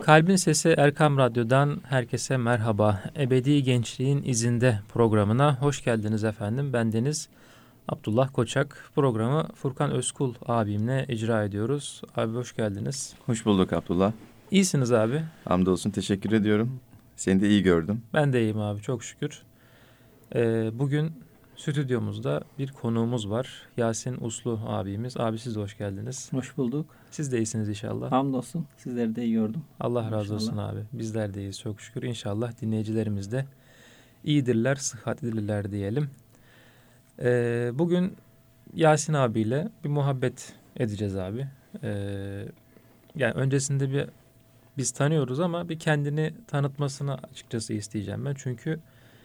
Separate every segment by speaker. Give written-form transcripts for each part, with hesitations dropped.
Speaker 1: Kalbin Sesi Erkam Radyo'dan herkese merhaba. Ebedi Gençliğin İzinde programına hoş geldiniz efendim. Bendeniz Abdullah Koçak. Programı Furkan Özkul abimle icra ediyoruz. Abi hoş geldiniz.
Speaker 2: Hoş bulduk Abdullah.
Speaker 1: İyisiniz abi.
Speaker 2: Hamdolsun, teşekkür ediyorum. Seni de iyi gördüm.
Speaker 1: Ben de iyiyim abi, çok şükür. Bugün stüdyomuzda bir konuğumuz var. Yasin Uslu abimiz. Abi siz de hoş geldiniz.
Speaker 3: Hoş bulduk.
Speaker 1: Siz de iyisiniz inşallah.
Speaker 3: Hamdolsun. Sizleri de iyi gördüm.
Speaker 1: Allah razı olsun abi. Bizler de iyiyiz çok şükür. İnşallah dinleyicilerimiz de iyidirler, sıhhatlidirler diyelim. Bugün Yasin abiyle bir muhabbet edeceğiz abi. Yani öncesinde biz tanıyoruz ama bir kendini tanıtmasını açıkçası isteyeceğim ben. Çünkü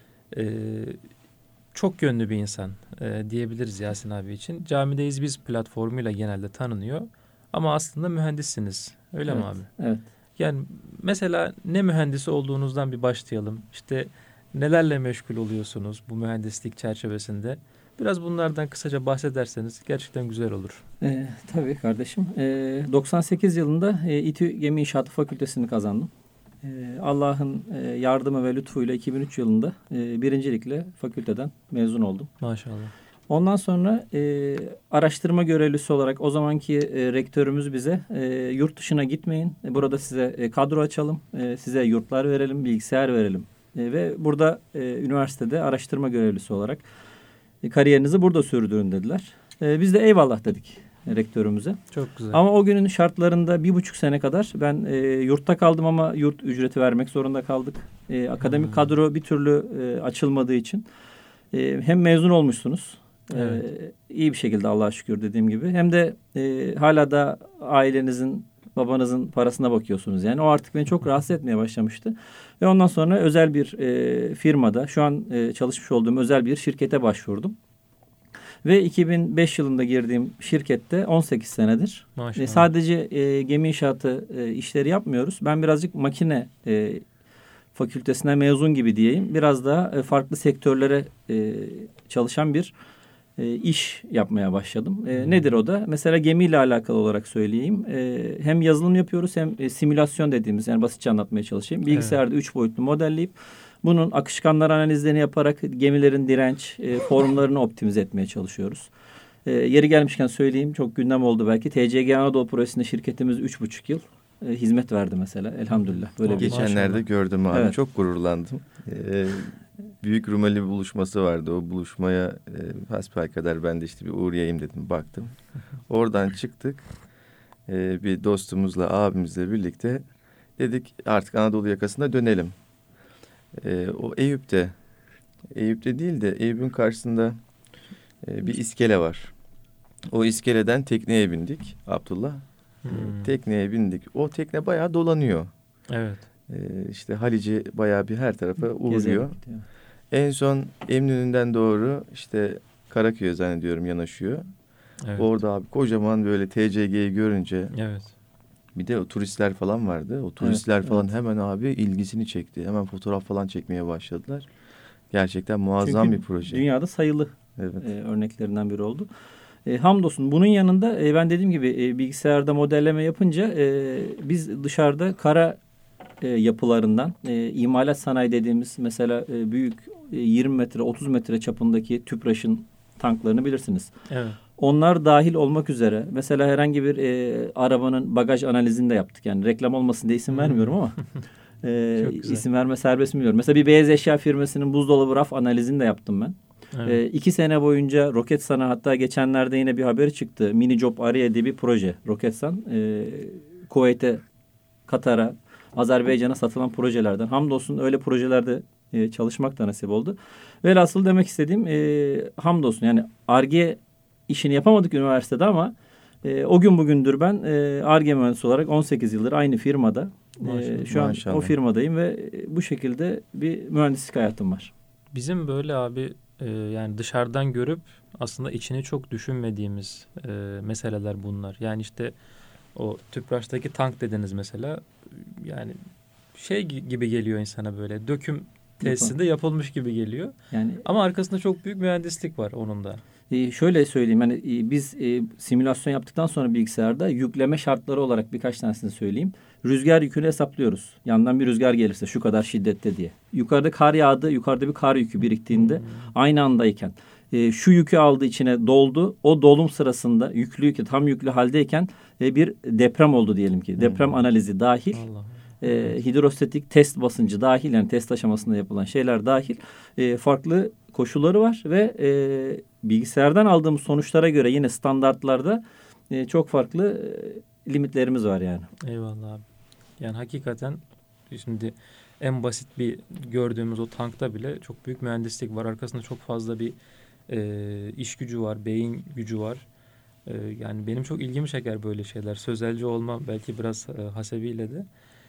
Speaker 1: çok yönlü bir insan diyebiliriz Yasin abi için. Camideyiz biz platformuyla genelde tanınıyor. Ama aslında mühendissiniz. Öyle mi abi?
Speaker 3: Evet.
Speaker 1: Yani mesela ne mühendisi olduğunuzdan bir başlayalım. İşte nelerle meşgul oluyorsunuz bu mühendislik çerçevesinde? Biraz bunlardan kısaca bahsederseniz gerçekten güzel olur.
Speaker 3: Tabii kardeşim. 98 yılında İTÜ Gemi İnşaatı Fakültesini kazandım. Allah'ın yardımı ve lütfuyla 2003 yılında birincilikle fakülteden mezun oldum.
Speaker 1: Maşallah.
Speaker 3: Ondan sonra araştırma görevlisi olarak o zamanki rektörümüz bize yurt dışına gitmeyin. Burada size kadro açalım. Size yurtlar verelim, bilgisayar verelim. Ve burada üniversitede araştırma görevlisi olarak kariyerinizi burada sürdürün dediler. Biz de eyvallah dedik rektörümüze.
Speaker 1: Çok güzel.
Speaker 3: Ama o günün şartlarında 1,5 sene kadar ben yurtta kaldım ama yurt ücreti vermek zorunda kaldık. Akademik kadro bir türlü açılmadığı için hem mezun olmuşsunuz.
Speaker 1: Evet.
Speaker 3: İyi bir şekilde Allah'a şükür dediğim gibi. Hem de hala da ailenizin, babanızın parasına bakıyorsunuz. Yani o artık beni çok rahatsız etmeye başlamıştı. Ve ondan sonra özel bir firmada, şu an çalışmış olduğum özel bir şirkete başvurdum. Ve 2005 yılında girdiğim şirkette 18 senedir. Sadece gemi inşaatı işleri yapmıyoruz. Ben birazcık makine fakültesine mezun gibi diyeyim. Biraz daha farklı sektörlere çalışan bir iş yapmaya başladım. Nedir o da? Mesela gemiyle alakalı olarak söyleyeyim. Hem yazılım yapıyoruz hem simülasyon dediğimiz, yani basitçe anlatmaya çalışayım. Bilgisayarda 3 boyutlu modelleyip bunun akışkanlar analizlerini yaparak gemilerin direnç formlarını optimize etmeye çalışıyoruz. Yeri gelmişken söyleyeyim, çok gündem oldu belki. TCG Anadolu projesinde şirketimiz 3,5 yıl hizmet verdi mesela. Elhamdülillah. Böyle
Speaker 2: Geçenlerde gördüm abi.
Speaker 3: Evet.
Speaker 2: Çok gururlandım. Büyük Rumeli buluşması vardı. O buluşmaya hasbelkader ben de işte bir uğrayayım dedim. Baktım. Oradan çıktık. Bir dostumuzla, abimizle birlikte dedik artık Anadolu yakasına dönelim. O Eyüp'te değil de Eyüp'ün karşısında bir iskele var. O iskeleden tekneye bindik Abdullah. Tekneye bindik. O tekne bayağı dolanıyor.
Speaker 1: Evet.
Speaker 2: İşte Halici bayağı bir her tarafa uğruyor. En son Eminönü'nden doğru işte Karaköy'e zannediyorum yanaşıyor.
Speaker 1: Evet.
Speaker 2: Orada abi kocaman böyle TCG'yi görünce
Speaker 1: Evet.
Speaker 2: bir de o turistler falan vardı. O turistler falan hemen abi ilgisini çekti. Hemen fotoğraf falan çekmeye başladılar. Gerçekten muazzam
Speaker 3: çünkü
Speaker 2: bir proje.
Speaker 3: Dünyada sayılı örneklerinden biri oldu. Hamdolsun. Bunun yanında ben dediğim gibi bilgisayarda modelleme yapınca biz dışarıda kara yapılarından imalat sanayi dediğimiz mesela büyük 20 metre 30 metre çapındaki tüpraşın tanklarını bilirsiniz.
Speaker 1: Evet.
Speaker 3: Onlar dahil olmak üzere mesela herhangi bir arabanın bagaj analizini de yaptık. Yani reklam olmasın diye isim vermiyorum ama isim verme serbest mi bilmiyorum. Mesela bir beyaz eşya firmasının buzdolabı raf analizini de yaptım ben. Evet. 2 sene boyunca Roketsan'a, hatta geçenlerde yine bir haberi çıktı. Mini Job Arya diye bir proje. Roketsan Kuveyt'e, Katar'a, Azerbaycan'a satılan projelerden. Hamdolsun öyle projelerde çalışmak da nasip oldu. Velhasıl demek istediğim hamdolsun. Yani Ar-Ge işini yapamadık üniversitede ama o gün bugündür ben Ar-Ge mühendisi olarak 18 yıldır aynı firmada. Şu an
Speaker 2: Maşallah.
Speaker 3: o firmadayım ve bu şekilde bir mühendislik hayatım var.
Speaker 1: Bizim böyle abi yani dışarıdan görüp aslında içini çok düşünmediğimiz meseleler bunlar. Yani işte o tüpraştaki tank dediniz mesela, yani şey gibi geliyor insana, böyle döküm tesisinde yapılmış gibi geliyor.
Speaker 3: Yani
Speaker 1: ama arkasında çok büyük mühendislik var onun da.
Speaker 3: Şöyle söyleyeyim, yani biz simülasyon yaptıktan sonra bilgisayarda yükleme şartları olarak birkaç tanesini söyleyeyim. Rüzgar yükünü hesaplıyoruz. Yandan bir rüzgar gelirse şu kadar şiddette diye. Yukarıda kar yağdı, yukarıda bir kar yükü biriktiğinde aynı andayken şu yükü aldı, içine doldu. O dolum sırasında yüklü yükü tam yüklü haldeyken bir deprem oldu diyelim ki. Deprem analizi dahil. Hidrostatik test basıncı dahil, yani test aşamasında yapılan şeyler dahil farklı koşulları var ve bilgisayardan aldığımız sonuçlara göre yine standartlarda çok farklı limitlerimiz var yani.
Speaker 1: Eyvallah abi. Yani hakikaten şimdi en basit bir gördüğümüz o tankta bile çok büyük mühendislik var. Arkasında çok fazla bir iş gücü var, beyin gücü var. Yani benim çok ilgimi çeker böyle şeyler. Sözelci olmam belki biraz hasebiyle de.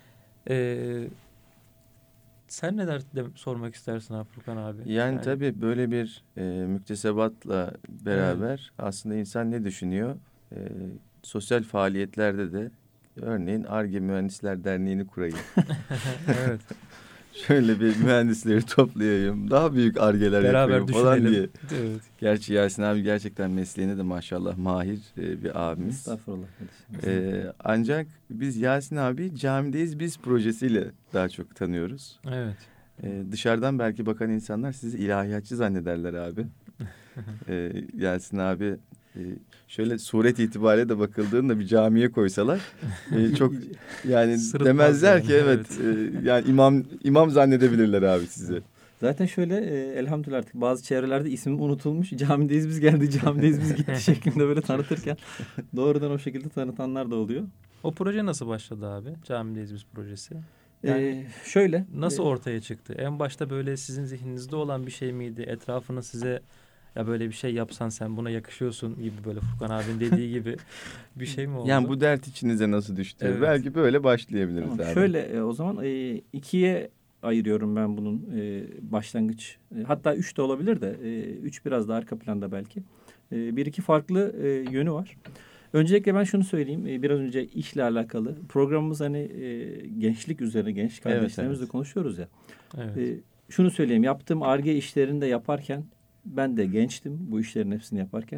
Speaker 1: Sen neler sormak istersin abi Furkan abi?
Speaker 2: Yani tabii böyle bir müktesebatla beraber aslında insan ne düşünüyor? Sosyal faaliyetlerde de örneğin Ar-Ge Mühendisler Derneği'ni kurayım.
Speaker 1: Evet.
Speaker 2: Şöyle bir mühendisleri toplayayım. Daha büyük Ar-Ge'ler yapayım falan diye. Evet. Gerçi Yasin abi gerçekten mesleğine de maşallah mahir bir abimiz.
Speaker 3: Estağfurullah.
Speaker 2: Ancak biz Yasin abi Camideyiz Biz projesiyle daha çok tanıyoruz.
Speaker 1: Evet.
Speaker 2: Dışarıdan belki bakan insanlar sizi ilahiyatçı zannederler abi. Yasin abi şöyle suret itibariyle de bakıldığında bir camiye koysalar çok yani demezler yani. Ki evet yani imam zannedebilirler abi sizi.
Speaker 3: Zaten şöyle elhamdülillah artık bazı çevrelerde ismim unutulmuş. Camideyiz biz geldi, camideyiz biz gitti şeklinde böyle tanıtırken doğrudan o şekilde tanıtanlar da oluyor.
Speaker 1: O proje nasıl başladı abi? Camideyiz biz projesi.
Speaker 3: Yani şöyle.
Speaker 1: Nasıl ortaya çıktı? En başta böyle sizin zihninizde olan bir şey miydi? Etrafını size ya böyle bir şey yapsan sen buna yakışıyorsun gibi böyle Furkan abinin dediği gibi bir şey mi oldu?
Speaker 2: Yani bu dert içinize nasıl düştü? Evet. Belki böyle başlayabiliriz
Speaker 3: tamam,
Speaker 2: abi.
Speaker 3: Şöyle o zaman ikiye ayırıyorum ben bunun başlangıç. Hatta 3 de olabilir de 3 biraz daha arka planda belki. Bir iki farklı yönü var. Öncelikle ben şunu söyleyeyim. Biraz önce işle alakalı. Programımız hani gençlik üzerine, genç kardeşlerimizle konuşuyoruz ya.
Speaker 1: Evet.
Speaker 3: Şunu söyleyeyim. Yaptığım Ar-Ge işlerini de yaparken ben de gençtim bu işlerin hepsini yaparken.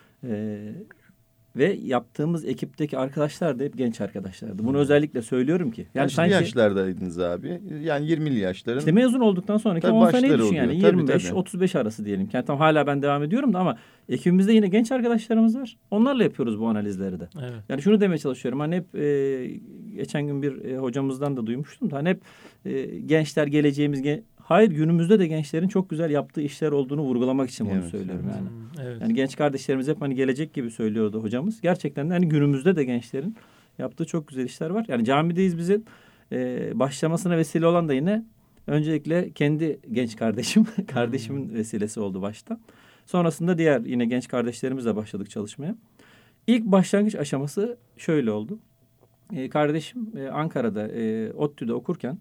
Speaker 3: Ve yaptığımız ekipteki arkadaşlar da hep genç arkadaşlardı. Bunu özellikle söylüyorum ki.
Speaker 2: Yani kaçlı yaşlardaydınız abi? Yani 20'li yaşların.
Speaker 3: İşte mezun olduktan sonraki 10 seneyi düşün yani. 25-35 arası diyelim. Yani tam hala ben devam ediyorum da ama ekibimizde yine genç arkadaşlarımız var. Onlarla yapıyoruz bu analizleri de.
Speaker 1: Evet.
Speaker 3: Yani şunu demeye çalışıyorum. Hani hep geçen gün bir hocamızdan da duymuştum da hani hep gençler geleceğimiz hayır, günümüzde de gençlerin çok güzel yaptığı işler olduğunu vurgulamak için bunu söylüyorum yani.
Speaker 1: Evet.
Speaker 3: Yani genç kardeşlerimiz hep hani gelecek gibi söylüyordu hocamız. Gerçekten de hani günümüzde de gençlerin yaptığı çok güzel işler var. Yani camideyiz bizim başlamasına vesile olan da yine öncelikle kendi genç kardeşimin vesilesi oldu başta. Sonrasında diğer yine genç kardeşlerimizle başladık çalışmaya. İlk başlangıç aşaması şöyle oldu. Kardeşim Ankara'da ODTÜ'de okurken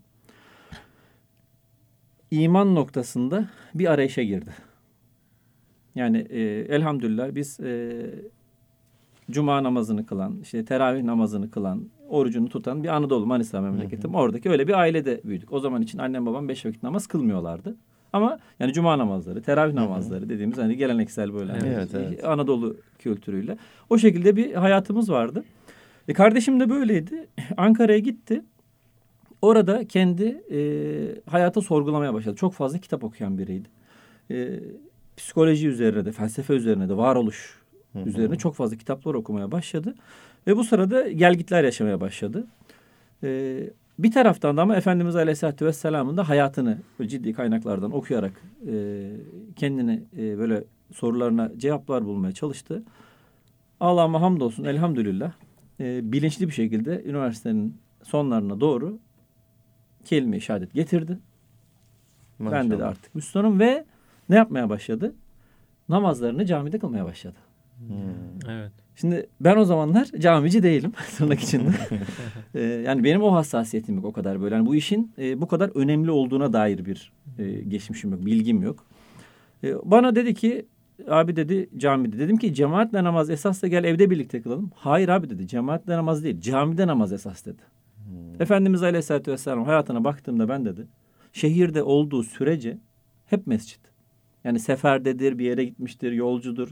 Speaker 3: iman noktasında bir arayışa girdi. Yani elhamdülillah biz cuma namazını kılan, işte teravih namazını kılan, orucunu tutan bir Anadolu Manisa memleketim. Oradaki öyle bir ailede büyüdük. O zaman için annem babam 5 vakit namaz kılmıyorlardı. Ama yani cuma namazları, teravih namazları dediğimiz hani geleneksel böyle
Speaker 2: evet.
Speaker 3: Anadolu kültürüyle. O şekilde bir hayatımız vardı. Kardeşim de böyleydi. Ankara'ya gitti. Orada kendi hayata sorgulamaya başladı. Çok fazla kitap okuyan biriydi. Psikoloji üzerine de, felsefe üzerine de, varoluş üzerine çok fazla kitaplar okumaya başladı. Ve bu sırada gelgitler yaşamaya başladı. Bir taraftan da ama Efendimiz Aleyhisselatü Vesselam'ın da hayatını ciddi kaynaklardan okuyarak kendini böyle sorularına cevaplar bulmaya çalıştı. Allah'ıma hamdolsun, elhamdülillah bilinçli bir şekilde üniversitenin sonlarına doğru kelime-i şehadet getirdi. Maşallah. Ben de artık Müslümanım ve ne yapmaya başladı? Namazlarını camide kılmaya başladı.
Speaker 1: Evet.
Speaker 3: Şimdi ben o zamanlar camici değilim tırnak içinde. Yani benim o hassasiyetim yok o kadar böyle. Yani bu işin bu kadar önemli olduğuna dair bir geçmişim yok, bilgim yok. Bana dedi ki abi dedi camide. Dedim ki cemaatle namaz esas da gel evde birlikte kılalım. Hayır abi dedi, cemaatle namaz değil, camide namaz esas dedi. Efendimiz Aleyhisselatü Vesselam hayatına baktığımda ben dedi şehirde olduğu sürece hep mescit. Yani seferdedir, bir yere gitmiştir, yolcudur.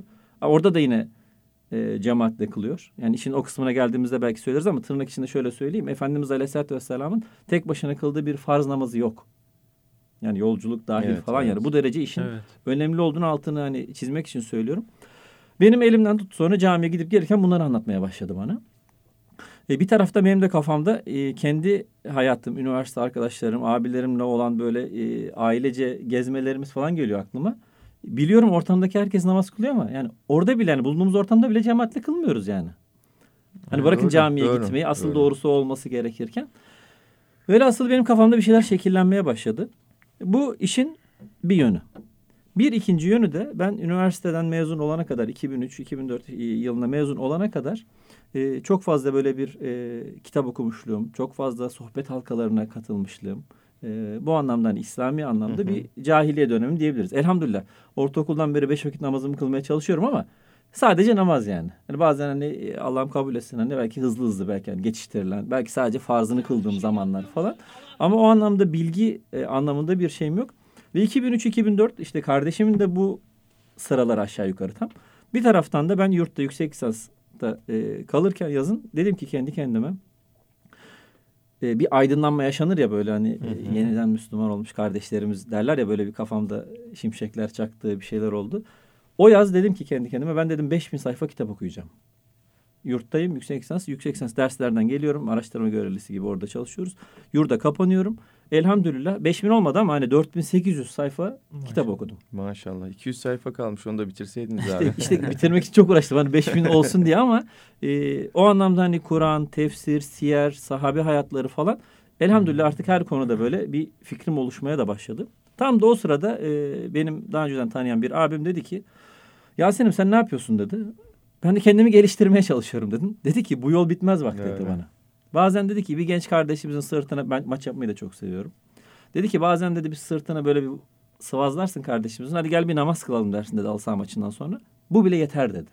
Speaker 3: Orada da yine cemaatle kılıyor. Yani işin o kısmına geldiğimizde belki söyleriz ama tırnak içinde şöyle söyleyeyim. Efendimiz Aleyhisselatü Vesselam'ın tek başına kıldığı bir farz namazı yok. Yani yolculuk dahil falan yani bu derece işin önemli olduğunu altını hani çizmek için söylüyorum. Benim elimden tut sonra camiye gidip gelirken bunları anlatmaya başladı bana. Bir tarafta benim de kafamda kendi hayatım, üniversite arkadaşlarım, abilerimle olan böyle ailece gezmelerimiz falan geliyor aklıma. Biliyorum ortamdaki herkes namaz kılıyor ama yani orada bile yani bulunduğumuz ortamda bile cemaatle kılmıyoruz yani. Hani bırakın camiye gitmeyi asıl doğrusu olması gerekirken. Böyle asıl benim kafamda bir şeyler şekillenmeye başladı. Bu işin bir yönü. Bir ikinci yönü de ben üniversiteden mezun olana kadar 2003-2004 yılında mezun olana kadar çok fazla böyle bir kitap okumuşluğum, çok fazla sohbet halkalarına katılmışlığım. Bu anlamda hani İslami anlamda bir cahiliye dönemi diyebiliriz. Elhamdülillah ortaokuldan beri 5 vakit namazımı kılmaya çalışıyorum ama sadece namaz yani. Yani bazen hani Allah'ım kabul etsin hani belki hızlı belki hani geçiştirilen belki sadece farzını kıldığım zamanlar falan. Ama o anlamda bilgi anlamında bir şeyim yok. Ve 2003-2004 işte kardeşimin de bu sıralar aşağı yukarı tam. Bir taraftan da ben yurtta yüksek lisansta kalırken yazın dedim ki kendi kendime bir aydınlanma yaşanır ya böyle hani yeniden Müslüman olmuş kardeşlerimiz derler ya böyle bir kafamda şimşekler çaktığı bir şeyler oldu. O yaz dedim ki kendi kendime ben dedim 5000 sayfa kitap okuyacağım. Yurttayım yüksek lisans derslerden geliyorum araştırma görevlisi gibi orada çalışıyoruz. Yurda kapanıyorum. Elhamdülillah 5000 olmadı ama hani 4800 sayfa kitap okudum.
Speaker 2: Maşallah 200 sayfa kalmış onu da bitirseydiniz abi.
Speaker 3: İşte bitirmek için çok uğraştım hani 5000 olsun diye ama o anlamda hani Kur'an, tefsir, siyer, sahabe hayatları falan elhamdülillah artık her konuda böyle bir fikrim oluşmaya da başladı. Tam da o sırada benim daha önceden tanıyan bir abim dedi ki Yasin'im sen ne yapıyorsun dedi. Ben de kendimi geliştirmeye çalışıyorum dedim. Dedi ki bu yol bitmez bak dedi bana. Bazen dedi ki bir genç kardeşimizin sırtına ben maç yapmayı da çok seviyorum. Dedi ki bazen dedi bir sırtına böyle bir sıvazlarsın kardeşimizin. Hadi gel bir namaz kılalım dersin dedi halı maçından sonra. Bu bile yeter dedi.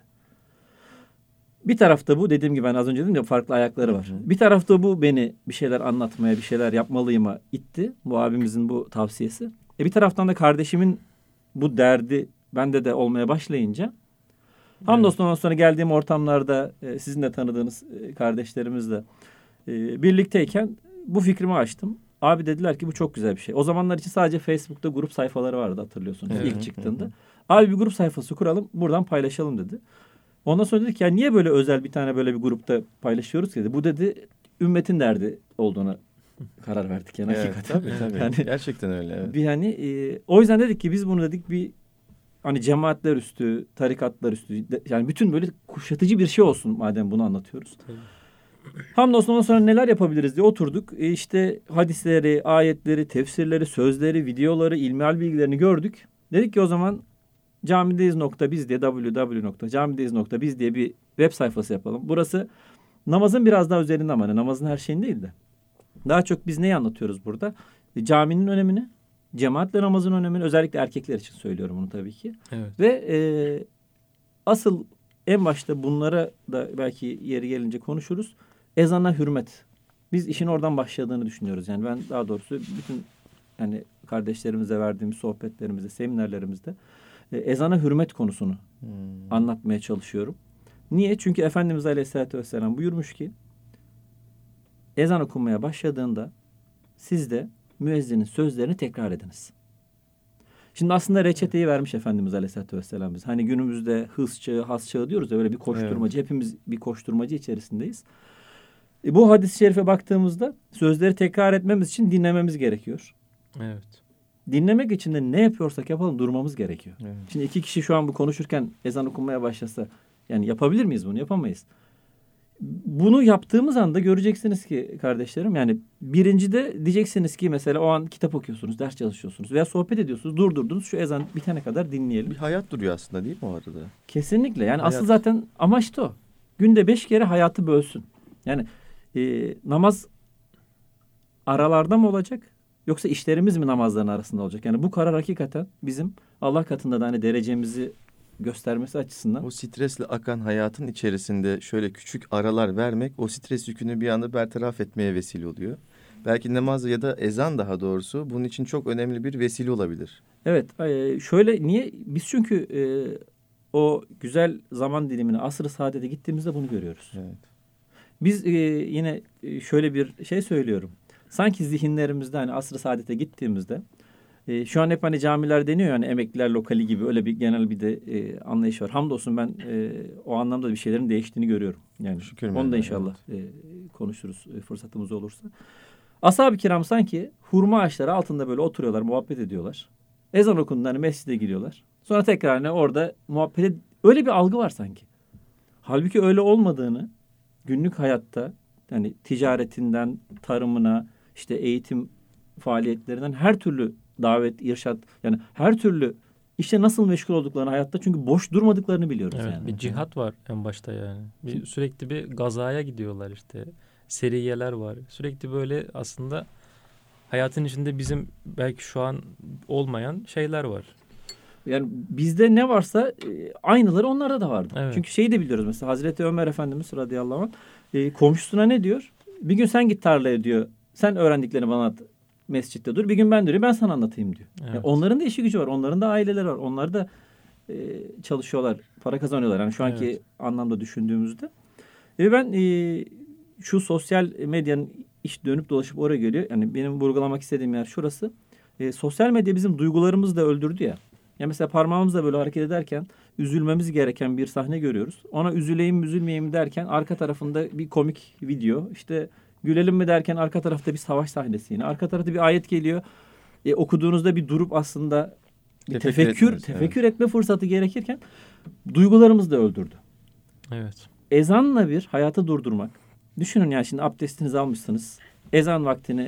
Speaker 3: Bir tarafta bu dediğim gibi ben az önce dedim ya farklı ayakları var. Bir tarafta bu beni bir şeyler anlatmaya bir şeyler yapmalıyıma itti. Bu abimizin bu tavsiyesi. Bir taraftan da kardeşimin bu derdi bende de olmaya başlayınca hamdolsun ondan sonra geldiğim ortamlarda sizin de tanıdığınız kardeşlerimizle birlikteyken bu fikrimi açtım. Abi dediler ki bu çok güzel bir şey. O zamanlar için sadece Facebook'ta grup sayfaları vardı hatırlıyorsunuz ilk çıktığında. Abi bir grup sayfası kuralım buradan paylaşalım dedi. Ondan sonra dedik ya niye böyle özel bir tane böyle bir grupta paylaşıyoruz ki dedi. Bu dedi ümmetin derdi olduğuna karar verdik yani hakikaten.
Speaker 2: Tabii. Yani, gerçekten öyle. Evet.
Speaker 3: Bir hani o yüzden dedik ki biz bunu dedik bir hani cemaatler üstü, tarikatlar üstü yani bütün böyle kuşatıcı bir şey olsun madem bunu anlatıyoruz. Tabii. Hamdolsun ondan sonra neler yapabiliriz diye oturduk. İşte hadisleri, ayetleri, tefsirleri, sözleri, videoları, ilmihal bilgilerini gördük. Dedik ki o zaman camideyiz.biz diye www.camideyiz.biz diye bir web sayfası yapalım. Burası namazın biraz daha üzerinde ama namazın her şeyin değil de. Daha çok biz neyi anlatıyoruz burada? Caminin önemini, cemaatle namazın önemini özellikle erkekler için söylüyorum bunu tabii ki.
Speaker 1: Evet.
Speaker 3: Ve asıl en başta bunlara da belki yeri gelince konuşuruz. Ezana hürmet. Biz işin oradan başladığını düşünüyoruz. Yani ben daha doğrusu bütün yani kardeşlerimize verdiğimiz sohbetlerimizde, seminerlerimizde ezana hürmet konusunu anlatmaya çalışıyorum. Niye? Çünkü Efendimiz Aleyhisselatü Vesselam buyurmuş ki ezan okunmaya başladığında siz de müezzinin sözlerini tekrar ediniz. Şimdi aslında reçeteyi vermiş Efendimiz Aleyhisselatü Vesselam biz. Hani günümüzde hız çağı, has çağı diyoruz ya böyle bir koşturmacı. Evet. Hepimiz bir koşturmacı içerisindeyiz. Bu hadis-i şerife baktığımızda sözleri tekrar etmemiz için dinlememiz gerekiyor.
Speaker 1: Evet.
Speaker 3: Dinlemek için de ne yapıyorsak yapalım durmamız gerekiyor. Evet. Şimdi iki kişi şu an bu konuşurken ezan okunmaya başlasa yani yapabilir miyiz bunu? Yapamayız. Bunu yaptığımız anda göreceksiniz ki kardeşlerim yani birincide diyeceksiniz ki mesela o an kitap okuyorsunuz, ders çalışıyorsunuz veya sohbet ediyorsunuz. Durdurdunuz şu ezan bitene kadar dinleyelim.
Speaker 2: Bir hayat duruyor aslında değil mi o arada?
Speaker 3: Kesinlikle yani hayat. Asıl zaten amaç da o. Günde 5 kere hayatı bölsün. Yani namaz aralarda mı olacak yoksa işlerimiz mi namazların arasında olacak? Yani bu karar hakikaten bizim Allah katında da hani derecemizi göstermesi açısından.
Speaker 2: O stresle akan hayatın içerisinde şöyle küçük aralar vermek o stres yükünü bir anda bertaraf etmeye vesile oluyor. Belki namaz ya da ezan daha doğrusu bunun için çok önemli bir vesile olabilir.
Speaker 3: Evet şöyle niye? Biz çünkü o güzel zaman dilimine, asr-ı saadete gittiğimizde bunu görüyoruz.
Speaker 2: Evet.
Speaker 3: Biz yine şöyle bir şey söylüyorum. Sanki zihinlerimizde hani asr-ı saadete gittiğimizde şu an hep hani camiler deniyor yani emekliler lokali gibi öyle bir genel bir de anlayış var. Hamdolsun ben o anlamda bir şeylerin değiştiğini görüyorum. Yani
Speaker 2: Şükür
Speaker 3: onu da
Speaker 2: Mevla,
Speaker 3: inşallah konuşuruz fırsatımız olursa. Ashab-ı kiram sanki hurma ağaçları altında böyle oturuyorlar, muhabbet ediyorlar. Ezan okunduğunda hani mescide giriyorlar. Sonra tekrar hani orada muhabbet öyle bir algı var sanki. Halbuki öyle olmadığını günlük hayatta hani ticaretinden tarımına işte eğitim faaliyetlerinden her türlü davet, irşat yani her türlü işte nasıl meşgul olduklarını hayatta çünkü boş durmadıklarını biliyoruz
Speaker 1: Evet,
Speaker 3: yani.
Speaker 1: bir cihat var en başta yani. Sürekli bir gazaya gidiyorlar işte. Seriyeler var. Sürekli böyle aslında hayatın içinde bizim belki şu an olmayan şeyler var.
Speaker 3: Yani bizde ne varsa aynıları onlarda da vardı.
Speaker 1: Evet.
Speaker 3: Çünkü şeyi de biliyoruz mesela Hazreti Ömer Efendimiz radıyallahu anh komşusuna ne diyor? Bir gün sen git tarlaya diyor. Sen öğrendiklerini bana at. Mescitte dur. Bir gün ben diyor. Ben sana anlatayım diyor.
Speaker 1: Evet.
Speaker 3: Yani onların da işi gücü var. Onların da aileleri var. Onlar da çalışıyorlar. Para kazanıyorlar. Yani şu anki anlamda düşündüğümüzde. Ve ben şu sosyal medyanın iş dönüp dolaşıp oraya geliyor. Yani benim vurgulamak istediğim yer şurası. Sosyal medya bizim duygularımızı da öldürdü ya. Ya mesela parmağımızla böyle hareket ederken üzülmemiz gereken bir sahne görüyoruz. Ona üzüleyim üzülmeyeyim derken arka tarafında bir komik video. İşte gülelim mi derken arka tarafta bir savaş sahnesi yine. Arka tarafta bir ayet geliyor. Okuduğunuzda bir durup aslında bir tefekkür etme fırsatı gerekirken duygularımızı da öldürdü.
Speaker 1: Evet.
Speaker 3: Ezanla bir hayatı durdurmak. Düşünün ya şimdi abdestinizi almışsınız. Ezan vaktini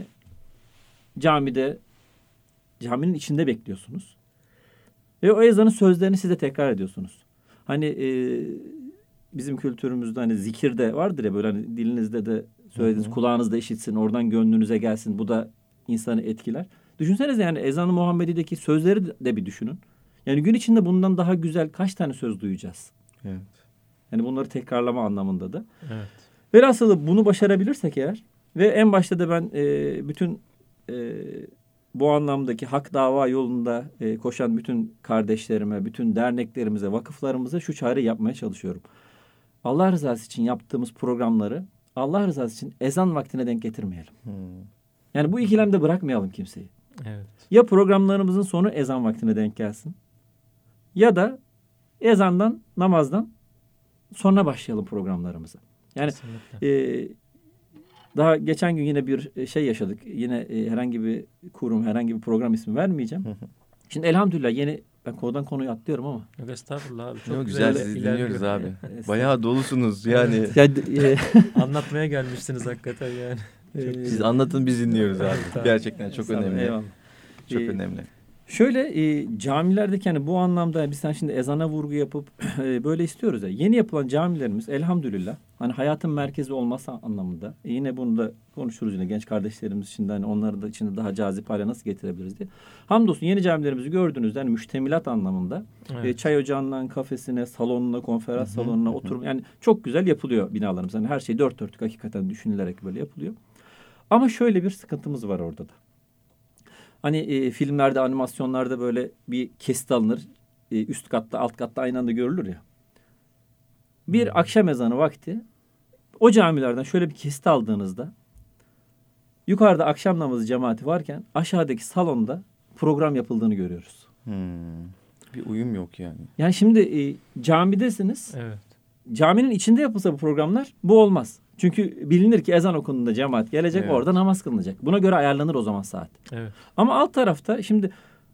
Speaker 3: caminin içinde bekliyorsunuz. Ve o ezanın sözlerini size tekrar ediyorsunuz. Hani bizim kültürümüzde hani zikirde vardır ya böyle hani dilinizde de söylediğiniz kulağınızda işitsin, oradan gönlünüze gelsin. Bu da insanı etkiler. Düşünsenize yani ezan-ı Muhammedi'deki sözleri de bir düşünün. Yani gün içinde bundan daha güzel kaç tane söz duyacağız?
Speaker 2: Evet.
Speaker 3: Yani bunları tekrarlama anlamında da.
Speaker 1: Evet.
Speaker 3: Velhasılı bunu başarabilirsek eğer ve en başta da ben bütün bu anlamdaki hak dava yolunda koşan bütün kardeşlerime, bütün derneklerimize, vakıflarımıza şu çağrı yapmaya çalışıyorum. Allah rızası için yaptığımız programları Allah rızası için ezan vaktine denk getirmeyelim. Yani bu ikilemde bırakmayalım kimseyi.
Speaker 1: Evet.
Speaker 3: Ya programlarımızın sonu ezan vaktine denk gelsin ya da ezandan, namazdan sonra başlayalım programlarımıza. Yani daha geçen gün yine bir şey yaşadık. Yine herhangi bir kurum, herhangi bir program ismi vermeyeceğim. Şimdi elhamdülillah ben konuyu atlıyorum ama.
Speaker 1: Yok estağfurullah abi.
Speaker 2: Çok güzel sizi dinliyoruz abi. Bayağı dolusunuz yani.
Speaker 1: Anlatmaya gelmişsiniz hakikaten yani.
Speaker 2: Siz anlatın biz dinliyoruz abi. Gerçekten çok önemli.
Speaker 3: Eyvallah.
Speaker 2: Çok önemli.
Speaker 3: Şöyle camilerdeki hani bu anlamda biz şimdi ezana vurgu yapıp böyle istiyoruz ya. Yeni yapılan camilerimiz elhamdülillah hani hayatın merkezi olması anlamında. Yine bunu da konuşuruz yine genç kardeşlerimiz için de hani onları da içinde daha cazip hale nasıl getirebiliriz diye. Hamdolsun yeni camilerimizi gördüğünüzde hani müştemilat anlamında çay ocağından kafesine, salonuna, konferans salonuna oturum yani çok güzel yapılıyor binalarımız. Hani her şey dört dörtlük hakikaten düşünülerek böyle yapılıyor. Ama şöyle bir sıkıntımız var orada da. Hani filmlerde, animasyonlarda böyle bir kesit alınır. Üst katta, alt katta aynı anda görülür ya. Bir akşam ezanı vakti o camilerden şöyle bir kesit aldığınızda yukarıda akşam namazı cemaati varken aşağıdaki salonda program yapıldığını görüyoruz.
Speaker 2: Bir uyum yok yani.
Speaker 3: Yani şimdi camidesiniz.
Speaker 1: Evet.
Speaker 3: Caminin içinde yapılsa bu programlar bu olmaz. Çünkü bilinir ki ezan okunduğunda cemaat gelecek orada namaz kılınacak. Buna göre ayarlanır o zaman saat.
Speaker 1: Evet.
Speaker 3: Ama alt tarafta şimdi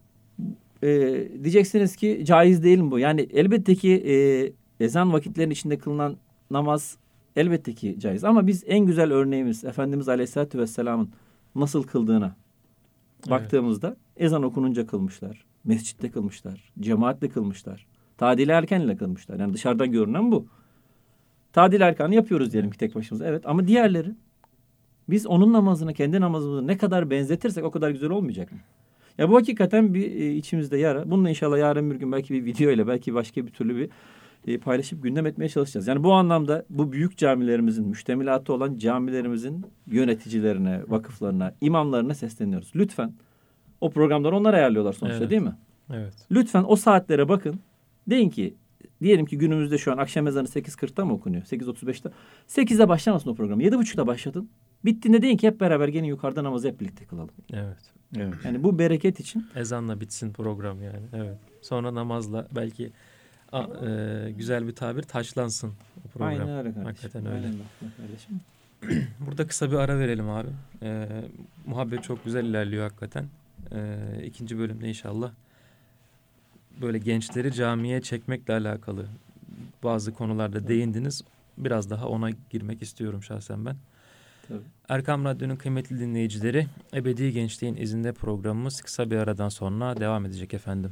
Speaker 3: diyeceksiniz ki caiz değil mi bu? Yani elbette ki ezan vakitlerinin içinde kılınan namaz elbette ki caiz. Ama biz en güzel örneğimiz Efendimiz Aleyhisselatü Vesselam'ın nasıl kıldığına baktığımızda ezan okununca kılmışlar. Mescitte kılmışlar. Cemaatle kılmışlar. Tadil erkenle kılmışlar. Yani dışarıdan görünen bu. Tadil erkanı yapıyoruz diyelim ki tek başımıza. Evet ama diğerleri biz onun namazını kendi namazımızı ne kadar benzetirsek o kadar güzel olmayacak mı? Ya bu hakikaten bir içimizde yara. Bununla inşallah yarın bir gün belki bir video ile belki başka bir türlü bir paylaşıp gündem etmeye çalışacağız. Yani bu anlamda bu büyük camilerimizin, müştemilatı olan camilerimizin yöneticilerine, vakıflarına, imamlarına sesleniyoruz. Lütfen o programları onlar ayarlıyorlar sonuçta değil mi?
Speaker 1: Evet.
Speaker 3: Lütfen o saatlere bakın. Deyin ki Diyelim ki günümüzde şu an akşam ezanı 8.40'da mı okunuyor? 8.35'te. 8'de başlamasın o program. 7.30'da başladın. Bittiğinde deyin ki hep beraber gelin yukarıda namazı hep birlikte kılalım.
Speaker 1: Evet.
Speaker 2: Evet.
Speaker 3: Yani bu bereket için.
Speaker 1: Ezanla bitsin program yani. Evet. Sonra namazla belki güzel bir tabir taşlansın o program.
Speaker 3: Aynen öyle kardeşim.
Speaker 1: Hakikaten öyle.
Speaker 3: Aynen kardeşim.
Speaker 1: Burada kısa bir ara verelim abi. Muhabbet çok güzel ilerliyor hakikaten. İkinci bölümde inşallah böyle gençleri camiye çekmekle alakalı bazı konularda değindiniz. Biraz daha ona girmek istiyorum şahsen ben.
Speaker 3: Tabii.
Speaker 1: Erkam Radyo'nun kıymetli dinleyicileri, Ebedi Gençliğin İzinde programımız kısa bir aradan sonra devam edecek efendim.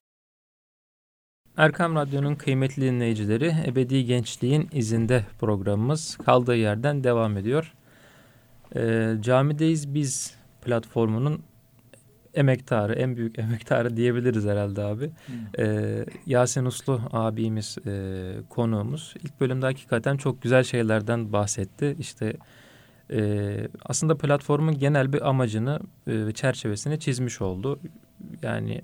Speaker 1: Erkam Radyo'nun kıymetli dinleyicileri, Ebedi Gençliğin İzinde programımız kaldığı yerden devam ediyor. Camideyiz Biz platformunun emektarı, en büyük emektarı diyebiliriz herhalde abi. Yasin Uslu abimiz konuğumuz. İlk bölümde hakikaten çok güzel şeylerden bahsetti. İşte aslında platformun genel bir amacını ve çerçevesini çizmiş oldu. Yani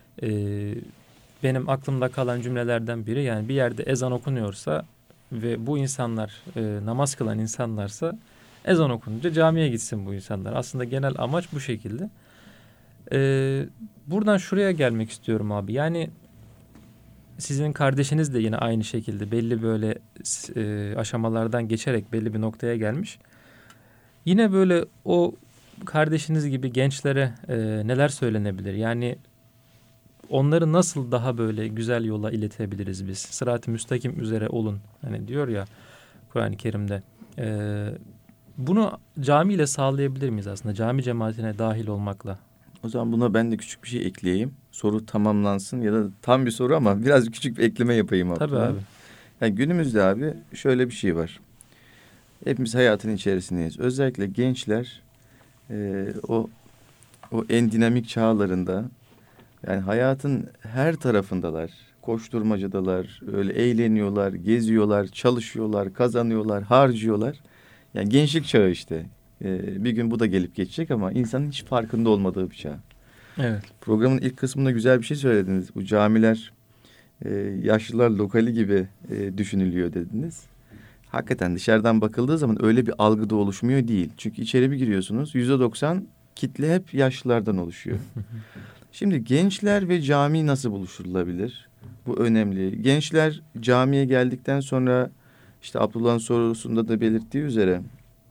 Speaker 1: benim aklımda kalan cümlelerden biri, yani bir yerde ezan okunuyorsa ve bu insanlar namaz kılan insanlarsa ezan okununca camiye gitsin bu insanlar. Aslında genel amaç bu şekilde. Buradan şuraya gelmek istiyorum abi. Yani sizin kardeşiniz de yine aynı şekilde belli böyle aşamalardan geçerek belli bir noktaya gelmiş. Yine böyle o kardeşiniz gibi gençlere neler söylenebilir? Yani onları nasıl daha böyle güzel yola iletebiliriz biz? Sırat-ı müstakim üzere olun. Hani diyor ya Kur'an-ı Kerim'de. Bunu camiyle sağlayabilir miyiz aslında? Cami cemaatine dahil olmakla.
Speaker 2: O zaman buna ben de küçük bir şey ekleyeyim. Soru tamamlansın ya da tam bir soru ama biraz küçük bir ekleme yapayım.
Speaker 1: Tabii abi.
Speaker 2: Yani günümüzde abi şöyle bir şey var. Hepimiz hayatın içerisindeyiz. Özellikle gençler o en dinamik çağlarında, yani hayatın her tarafındalar. Koşturmacadalar, öyle eğleniyorlar, geziyorlar, çalışıyorlar, kazanıyorlar, harcıyorlar. Yani gençlik çağı işte. Bir gün bu da gelip geçecek ama insanın hiç farkında olmadığı bir çağ.
Speaker 1: Evet.
Speaker 2: Programın ilk kısmında güzel bir şey söylediniz. Bu camiler yaşlılar lokali gibi düşünülüyor dediniz. Hakikaten dışarıdan bakıldığı zaman öyle bir algı da oluşmuyor değil. Çünkü içeri bir giriyorsunuz, %90 kitle hep yaşlılardan oluşuyor. Şimdi gençler ve cami nasıl buluşturulabilir? Bu önemli. Gençler camiye geldikten sonra işte Abdullah'ın sorusunda da belirttiği üzere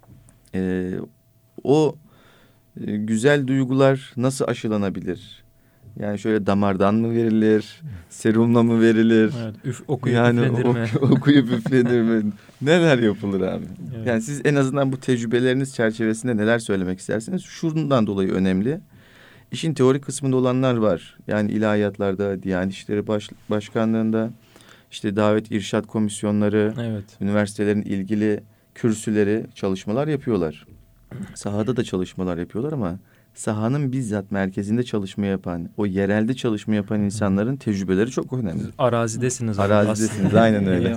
Speaker 2: o güzel duygular nasıl aşılanabilir? Yani şöyle damardan mı verilir? Serumla mı verilir?
Speaker 1: Evet, okuyup üflenir mi?
Speaker 2: Okuyup üflenir mi? Neler yapılır abi?
Speaker 1: Evet.
Speaker 2: Yani siz en azından bu tecrübeleriniz çerçevesinde neler söylemek istersiniz? Şundan dolayı önemli. İşin teorik kısmında olanlar var. Yani ilahiyatlarda, Diyanet İşleri Başkanlığı'nda, işte davet irşat komisyonları,
Speaker 1: evet,
Speaker 2: üniversitelerin ilgili kürsüleri, çalışmalar yapıyorlar. Sahada da çalışmalar yapıyorlar ama sahanın bizzat merkezinde çalışma yapan, o yerelde çalışma yapan insanların tecrübeleri çok önemli.
Speaker 1: Arazidesiniz.
Speaker 2: Arazidesiniz, aynen öyle.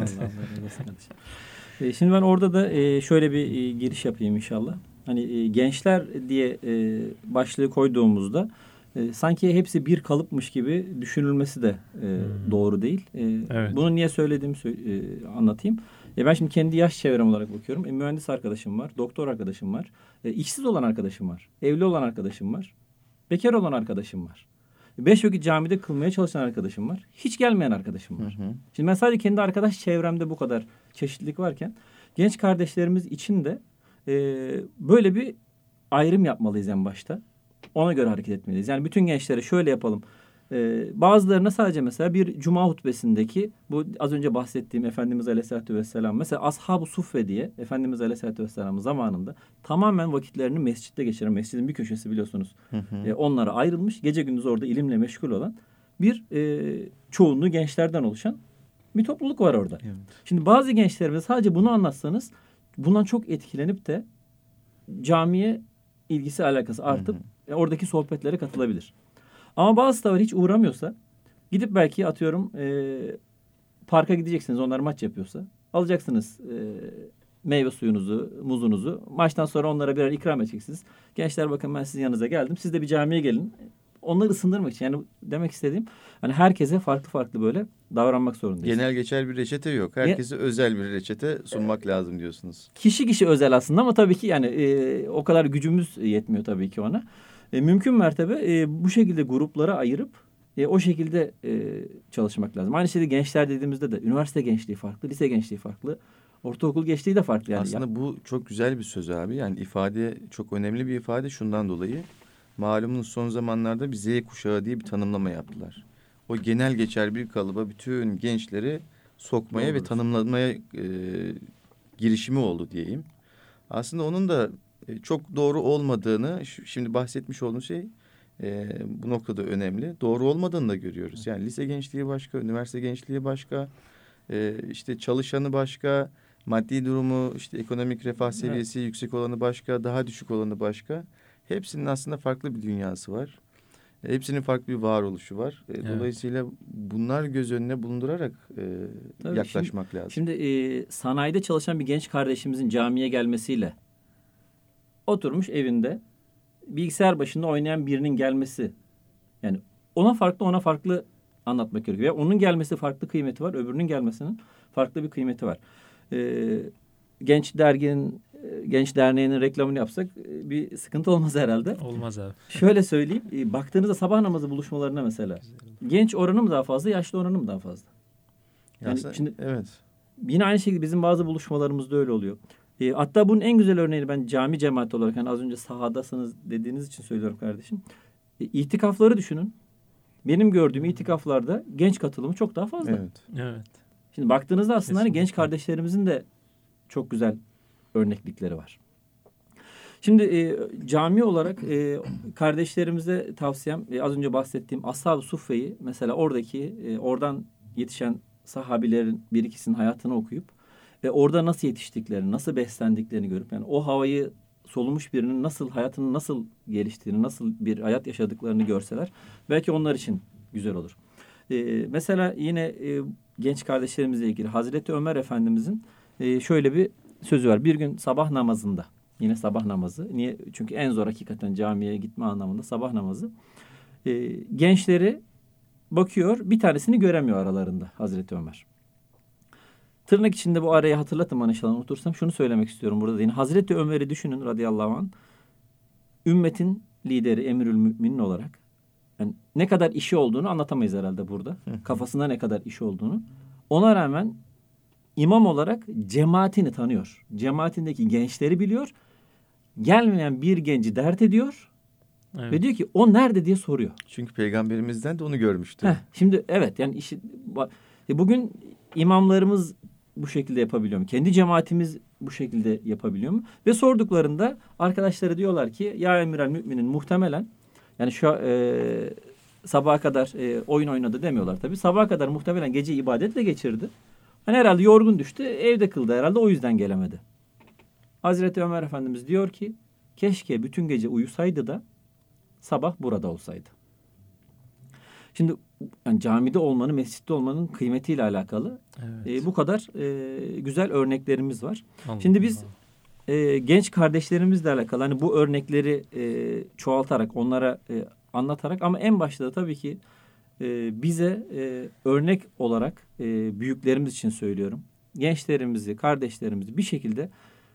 Speaker 3: Şimdi ben orada da şöyle bir giriş yapayım inşallah. Hani gençler diye başlığı koyduğumuzda sanki hepsi bir kalıpmış gibi düşünülmesi de doğru değil.
Speaker 1: Evet.
Speaker 3: Bunu niye söylediğimi anlatayım. Ben şimdi kendi yaş çevrem olarak bakıyorum. Mühendis arkadaşım var, doktor arkadaşım var, işsiz olan arkadaşım var, evli olan arkadaşım var, bekar olan arkadaşım var. 5 vakit camide kılmaya çalışan arkadaşım var, hiç gelmeyen arkadaşım var. Hı hı. Şimdi ben sadece kendi arkadaş çevremde bu kadar çeşitlilik varken genç kardeşlerimiz için de böyle bir ayrım yapmalıyız en başta. Ona göre hareket etmeliyiz. Yani bütün gençlere şöyle yapalım. Bazılarına sadece mesela bir cuma hutbesindeki bu az önce bahsettiğim Efendimiz Aleyhisselatü Vesselam, mesela Ashab-ı Suffe diye Efendimiz Aleyhisselatü Vesselam'ın zamanında tamamen vakitlerini mescitte geçiren, mescidin bir köşesi biliyorsunuz onlara ayrılmış, gece gündüz orada ilimle meşgul olan bir çoğunluğu gençlerden oluşan bir topluluk var orada. Evet. Şimdi bazı gençlerimize sadece bunu anlatsanız bundan çok etkilenip de camiye ilgisi alakası artıp oradaki sohbetlere katılabilir. Ama bazısı da var, hiç uğramıyorsa gidip belki atıyorum parka gideceksiniz, onlar maç yapıyorsa alacaksınız meyve suyunuzu, muzunuzu, maçtan sonra onlara birer ikram edeceksiniz. Gençler bakın ben sizin yanınıza geldim, siz de bir camiye gelin, onları ısındırmak için. Yani demek istediğim hani herkese farklı böyle davranmak zorundayız.
Speaker 2: Genel geçer bir reçete yok. Herkese özel bir reçete sunmak lazım diyorsunuz.
Speaker 3: Kişi özel aslında ama tabii ki yani o kadar gücümüz yetmiyor tabii ki ona. Mümkün mertebe bu şekilde gruplara ayırıp o şekilde çalışmak lazım. Aynı şekilde gençler dediğimizde de üniversite gençliği farklı, lise gençliği farklı, ortaokul gençliği de farklı. Yani
Speaker 2: aslında bu çok güzel bir söz abi. Yani ifade çok önemli bir ifade şundan dolayı. Malumunuz son zamanlarda bir Z kuşağı diye bir tanımlama yaptılar. O genel geçer bir kalıba bütün gençleri sokmaya
Speaker 3: Doğru.
Speaker 2: ve tanımlamaya girişimi oldu diyeyim. Aslında onun da çok doğru olmadığını, şimdi bahsetmiş olduğum şey bu noktada önemli. Doğru olmadığını da görüyoruz. Yani lise gençliği başka, üniversite gençliği başka, işte çalışanı başka, maddi durumu, işte ekonomik refah seviyesi yüksek olanı başka, daha düşük olanı başka. Hepsinin aslında farklı bir dünyası var. Hepsinin farklı bir varoluşu var. Dolayısıyla bunlar göz önüne bulundurarak yaklaşmak lazım.
Speaker 3: Şimdi sanayide çalışan bir genç kardeşimizin camiye gelmesiyle oturmuş evinde bilgisayar başında oynayan birinin gelmesi, yani ona farklı anlatmak gerekiyor. Onun gelmesi farklı kıymeti var, öbürünün gelmesinin farklı bir kıymeti var. Genç derneğinin reklamını yapsak bir sıkıntı olmaz herhalde.
Speaker 1: Olmaz abi.
Speaker 3: Şöyle söyleyeyim, baktığınızda sabah namazı buluşmalarına mesela genç oranı mı daha fazla, yaşlı oranı mı daha fazla? Yani
Speaker 2: aslında,
Speaker 3: şimdi
Speaker 2: evet.
Speaker 3: Yine aynı şekilde bizim bazı buluşmalarımızda öyle oluyor. Hatta bunun en güzel örneğini ben cami cemaati olarak, hani az önce sahadasınız dediğiniz için söylüyorum kardeşim. İtikafları düşünün. Benim gördüğüm itikaflarda genç katılımı çok daha fazla.
Speaker 1: Evet.
Speaker 3: Şimdi baktığınızda aslında hani
Speaker 1: Kesinlikle.
Speaker 3: genç kardeşlerimizin de çok güzel örneklikleri var. Şimdi cami olarak kardeşlerimize tavsiyem az önce bahsettiğim Ashab-ı Suffe'yi mesela oradan yetişen sahabilerin bir ikisinin hayatını okuyup ve orada nasıl yetiştiklerini, nasıl beslendiklerini görüp, yani o havayı solumuş birinin hayatının nasıl geliştiğini, nasıl bir hayat yaşadıklarını görseler belki onlar için güzel olur. Mesela yine genç kardeşlerimizle ilgili Hazreti Ömer Efendimizin şöyle bir sözü var. Bir gün sabah namazında, yine sabah namazı. Niye? Çünkü en zor hakikaten camiye gitme anlamında sabah namazı. Gençleri bakıyor, bir tanesini göremiyor aralarında Hazreti Ömer. Tırnak içinde bu arayı hatırlatın bana inşallah unutursam. Şunu söylemek istiyorum burada. Yine Hazreti Ömer'i düşünün radıyallahu anh. Ümmetin lideri, emirül müminin olarak. Yani ne kadar işi olduğunu anlatamayız herhalde burada. Kafasında ne kadar işi olduğunu. Ona rağmen imam olarak cemaatini tanıyor. Cemaatindeki gençleri biliyor. Gelmeyen bir genci dert ediyor.
Speaker 1: Evet.
Speaker 3: Ve diyor ki o nerede diye soruyor.
Speaker 2: Çünkü peygamberimizden de onu görmüştü.
Speaker 3: Şimdi evet, yani bugün imamlarımız bu şekilde yapabiliyor mu? Kendi cemaatimiz bu şekilde yapabiliyor mu? Ve sorduklarında arkadaşları diyorlar ki ya emirel müminin, muhtemelen yani şu sabaha kadar oyun oynadı demiyorlar tabii. Sabaha kadar muhtemelen gece ibadetle geçirdi. Hani herhalde yorgun düştü, evde kıldı herhalde, o yüzden gelemedi. Hazreti Ömer Efendimiz diyor ki keşke bütün gece uyusaydı da sabah burada olsaydı. Şimdi yani camide olmanın, mescitte olmanın kıymetiyle alakalı bu kadar güzel örneklerimiz var.
Speaker 1: Allah
Speaker 3: Şimdi biz genç kardeşlerimizle alakalı hani bu örnekleri çoğaltarak, onlara anlatarak, ama en başta da tabii ki bize örnek olarak büyüklerimiz için söylüyorum. Gençlerimizi, kardeşlerimizi bir şekilde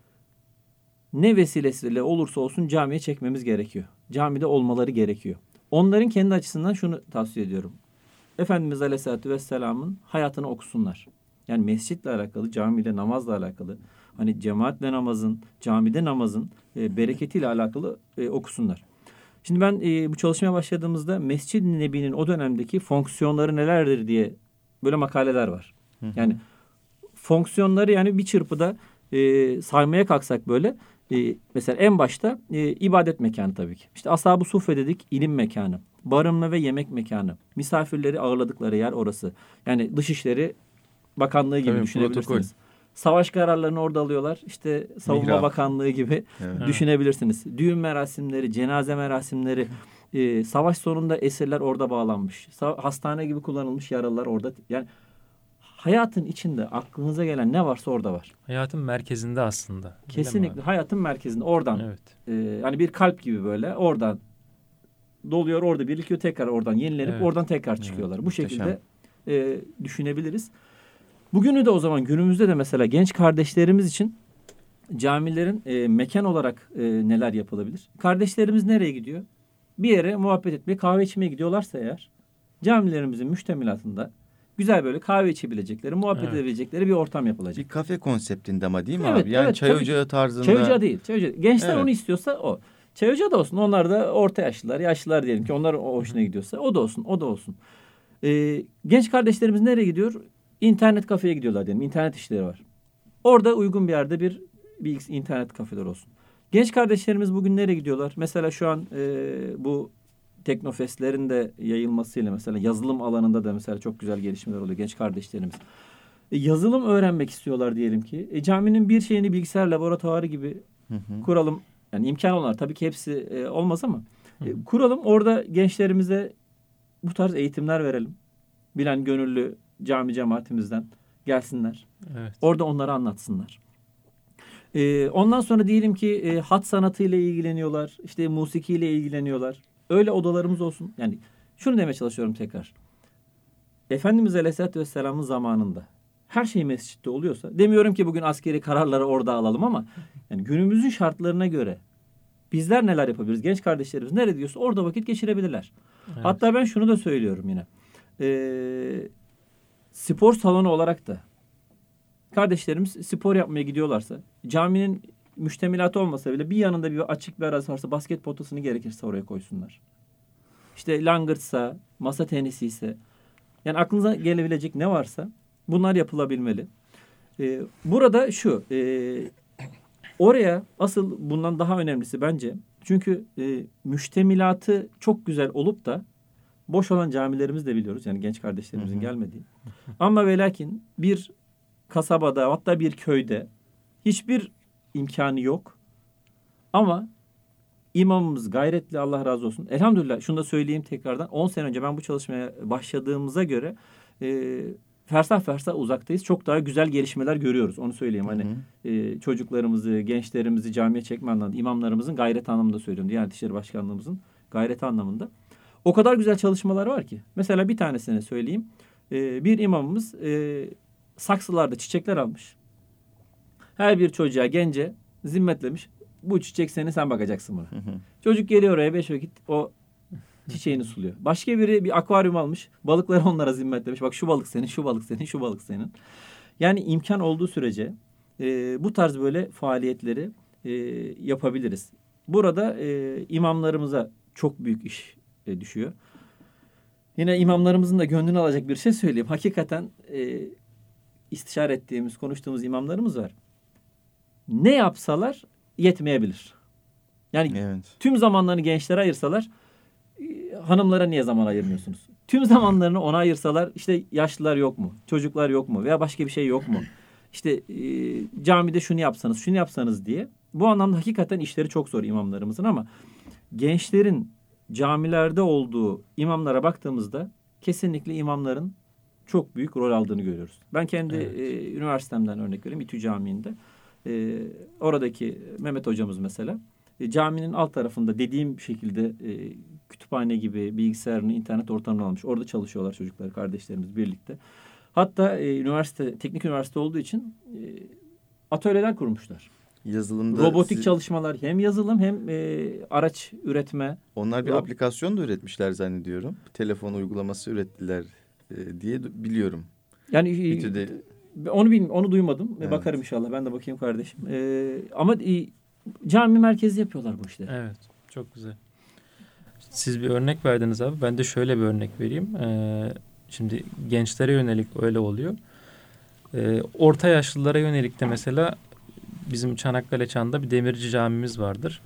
Speaker 3: ne vesilesiyle olursa olsun camiye çekmemiz gerekiyor. Camide olmaları gerekiyor. Onların kendi açısından şunu tavsiye ediyorum. Efendimiz Aleyhisselatü Vesselam'ın hayatını okusunlar. Yani mescitle alakalı, camiyle, namazla alakalı, hani cemaatle namazın, camide namazın bereketiyle alakalı okusunlar. Şimdi ben bu çalışmaya başladığımızda Mescid-i Nebi'nin o dönemdeki fonksiyonları nelerdir diye böyle makaleler var. Yani fonksiyonları, yani bir çırpıda saymaya kalksak böyle mesela en başta ibadet mekanı tabii ki. İşte Ashab-ı Suffe dedik, ilim mekanı. Barınma ve yemek mekanı. Misafirleri ağırladıkları yer orası. Yani Dışişleri Bakanlığı gibi düşünebilirsiniz. Protokol. Savaş kararlarını orada alıyorlar. İşte Savunma Mihrap. Bakanlığı gibi düşünebilirsiniz. Düğün merasimleri, cenaze merasimleri, savaş sonunda esirler orada bağlanmış. Hastane gibi kullanılmış yaralılar orada. Yani hayatın içinde aklınıza gelen ne varsa orada var.
Speaker 1: Hayatın merkezinde aslında.
Speaker 3: Kesinlikle hayatın merkezinde. Oradan. Evet. Yani bir kalp gibi böyle oradan doluyor, orada birikiyor, tekrar oradan yenilenip
Speaker 1: Evet.
Speaker 3: oradan tekrar çıkıyorlar. Bu
Speaker 2: muhteşem.
Speaker 3: şekilde düşünebiliriz. Bugünü de o zaman günümüzde de mesela genç kardeşlerimiz için camilerin mekan olarak neler yapılabilir? Kardeşlerimiz nereye gidiyor? Bir yere muhabbet etmeye, kahve içmeye gidiyorlarsa eğer camilerimizin müştemilatında güzel böyle kahve içebilecekleri, muhabbet
Speaker 1: Evet.
Speaker 3: edebilecekleri bir ortam yapılacak.
Speaker 2: Bir kafe konseptinde ama değil mi
Speaker 3: Evet,
Speaker 2: abi? Yani
Speaker 3: evet,
Speaker 2: çay
Speaker 3: tabii.
Speaker 2: ocağı tarzında.
Speaker 3: Çay ocağı değil. Çay ocağı. Gençler
Speaker 2: Evet.
Speaker 3: onu istiyorsa o. Çay ocağı da olsun. Onlar da orta yaşlılar, yaşlılar diyelim ki onlar o hoşuna gidiyorsa o da olsun, o da olsun. Genç kardeşlerimiz nereye gidiyor? İnternet kafeye gidiyorlar diyelim. İnternet işleri var. Orada uygun bir yerde bir internet kafeler olsun. Genç kardeşlerimiz bugün nereye gidiyorlar? Mesela şu an bu teknofestlerin de yayılmasıyla mesela yazılım alanında da mesela çok güzel gelişmeler oluyor genç kardeşlerimiz. Yazılım öğrenmek istiyorlar diyelim ki. Caminin bir şeyini bilgisayar laboratuvarı gibi kuralım. Yani imkan olanlar tabii ki hepsi olmaz ama kuralım. Orada gençlerimize bu tarz eğitimler verelim. Bilen gönüllü cami cemaatimizden gelsinler.
Speaker 1: Evet.
Speaker 3: Orada onlara anlatsınlar. Ondan sonra diyelim ki hat sanatıyla ilgileniyorlar. İşte musikiyle ilgileniyorlar. Öyle odalarımız olsun. Yani şunu demeye çalışıyorum tekrar. Efendimiz Aleyhisselatü Vesselam'ın zamanında her şey mescitte oluyorsa, demiyorum ki bugün askeri kararları orada alalım ama yani günümüzün şartlarına göre bizler neler yapabiliriz? Genç kardeşlerimiz nerede diyorsa orada vakit geçirebilirler.
Speaker 1: Evet.
Speaker 3: Hatta ben şunu da söylüyorum yine. Spor salonu olarak da kardeşlerimiz spor yapmaya gidiyorlarsa, caminin müştemilatı olmasa bile bir yanında bir açık bir arazi varsa basket potasını gerekirse oraya koysunlar. İşte langırtsa, masa tenisi ise, yani aklınıza gelebilecek ne varsa bunlar yapılabilmeli. Burada şu, oraya asıl bundan daha önemlisi bence. Çünkü müştemilatı çok güzel olup da boş olan camilerimizi de biliyoruz. Yani genç kardeşlerimizin gelmediği. Ama ve lakin bir kasabada hatta bir köyde hiçbir imkanı yok. Ama imamımız gayretli, Allah razı olsun. Elhamdülillah şunu da söyleyeyim tekrardan. 10 sene önce ben bu çalışmaya başladığımıza göre fersah fersah uzaktayız. Çok daha güzel gelişmeler görüyoruz. Onu söyleyeyim. Hani çocuklarımızı, gençlerimizi camiye çekme anlamında, imamlarımızın gayreti anlamında söylüyorum. Diyanet İşleri Başkanlığımızın gayreti anlamında. O kadar güzel çalışmalar var ki. Mesela bir tanesini söyleyeyim. Bir imamımız saksılarda çiçekler almış. Her bir çocuğa, gence zimmetlemiş. Bu çiçek senin, sen bakacaksın buna. Çocuk geliyor oraya 5 vakit o çiçeğini suluyor. Başka biri bir akvaryum almış. Balıkları onlara zimmetlemiş. Bak şu balık senin, şu balık senin, şu balık senin. Yani imkan olduğu sürece bu tarz böyle faaliyetleri yapabiliriz. Burada imamlarımıza çok büyük iş düşüyor. Yine imamlarımızın da gönlünü alacak bir şey söyleyeyim. Hakikaten istişare ettiğimiz, konuştuğumuz imamlarımız var. Ne yapsalar yetmeyebilir. Yani tüm zamanlarını gençlere ayırsalar, hanımlara niye zaman ayırmıyorsunuz? Tüm zamanlarını ona ayırsalar, işte yaşlılar yok mu? Çocuklar yok mu? Veya başka bir şey yok mu? İşte camide şunu yapsanız, şunu yapsanız diye. Bu anlamda hakikaten işleri çok zor imamlarımızın ama gençlerin camilerde olduğu imamlara baktığımızda kesinlikle imamların çok büyük rol aldığını görüyoruz. Ben kendi üniversitemden örnek vereyim. İTÜ Camii'nde. Oradaki Mehmet hocamız mesela caminin alt tarafında dediğim şekilde kütüphane gibi bilgisayarını, internet ortamını almış. Orada çalışıyorlar çocuklar, kardeşlerimiz birlikte. Hatta teknik üniversite olduğu için atölyeler kurmuşlar.
Speaker 2: Yazılımda
Speaker 3: robotik çalışmalar, hem yazılım hem araç üretme.
Speaker 2: Onlar bir aplikasyon da üretmişler zannediyorum. Telefon uygulaması ürettiler diye biliyorum.
Speaker 3: Yani onu duymadım. Evet. Bakarım inşallah. Ben de bakayım kardeşim. Ama cami merkezi yapıyorlar bu işleri.
Speaker 1: Evet. Çok güzel. Siz bir örnek verdiniz abi. Ben de şöyle bir örnek vereyim. Şimdi gençlere yönelik öyle oluyor. Orta yaşlılara yönelik de mesela bizim Çanakkale Çan'da bir demirci camimiz vardır.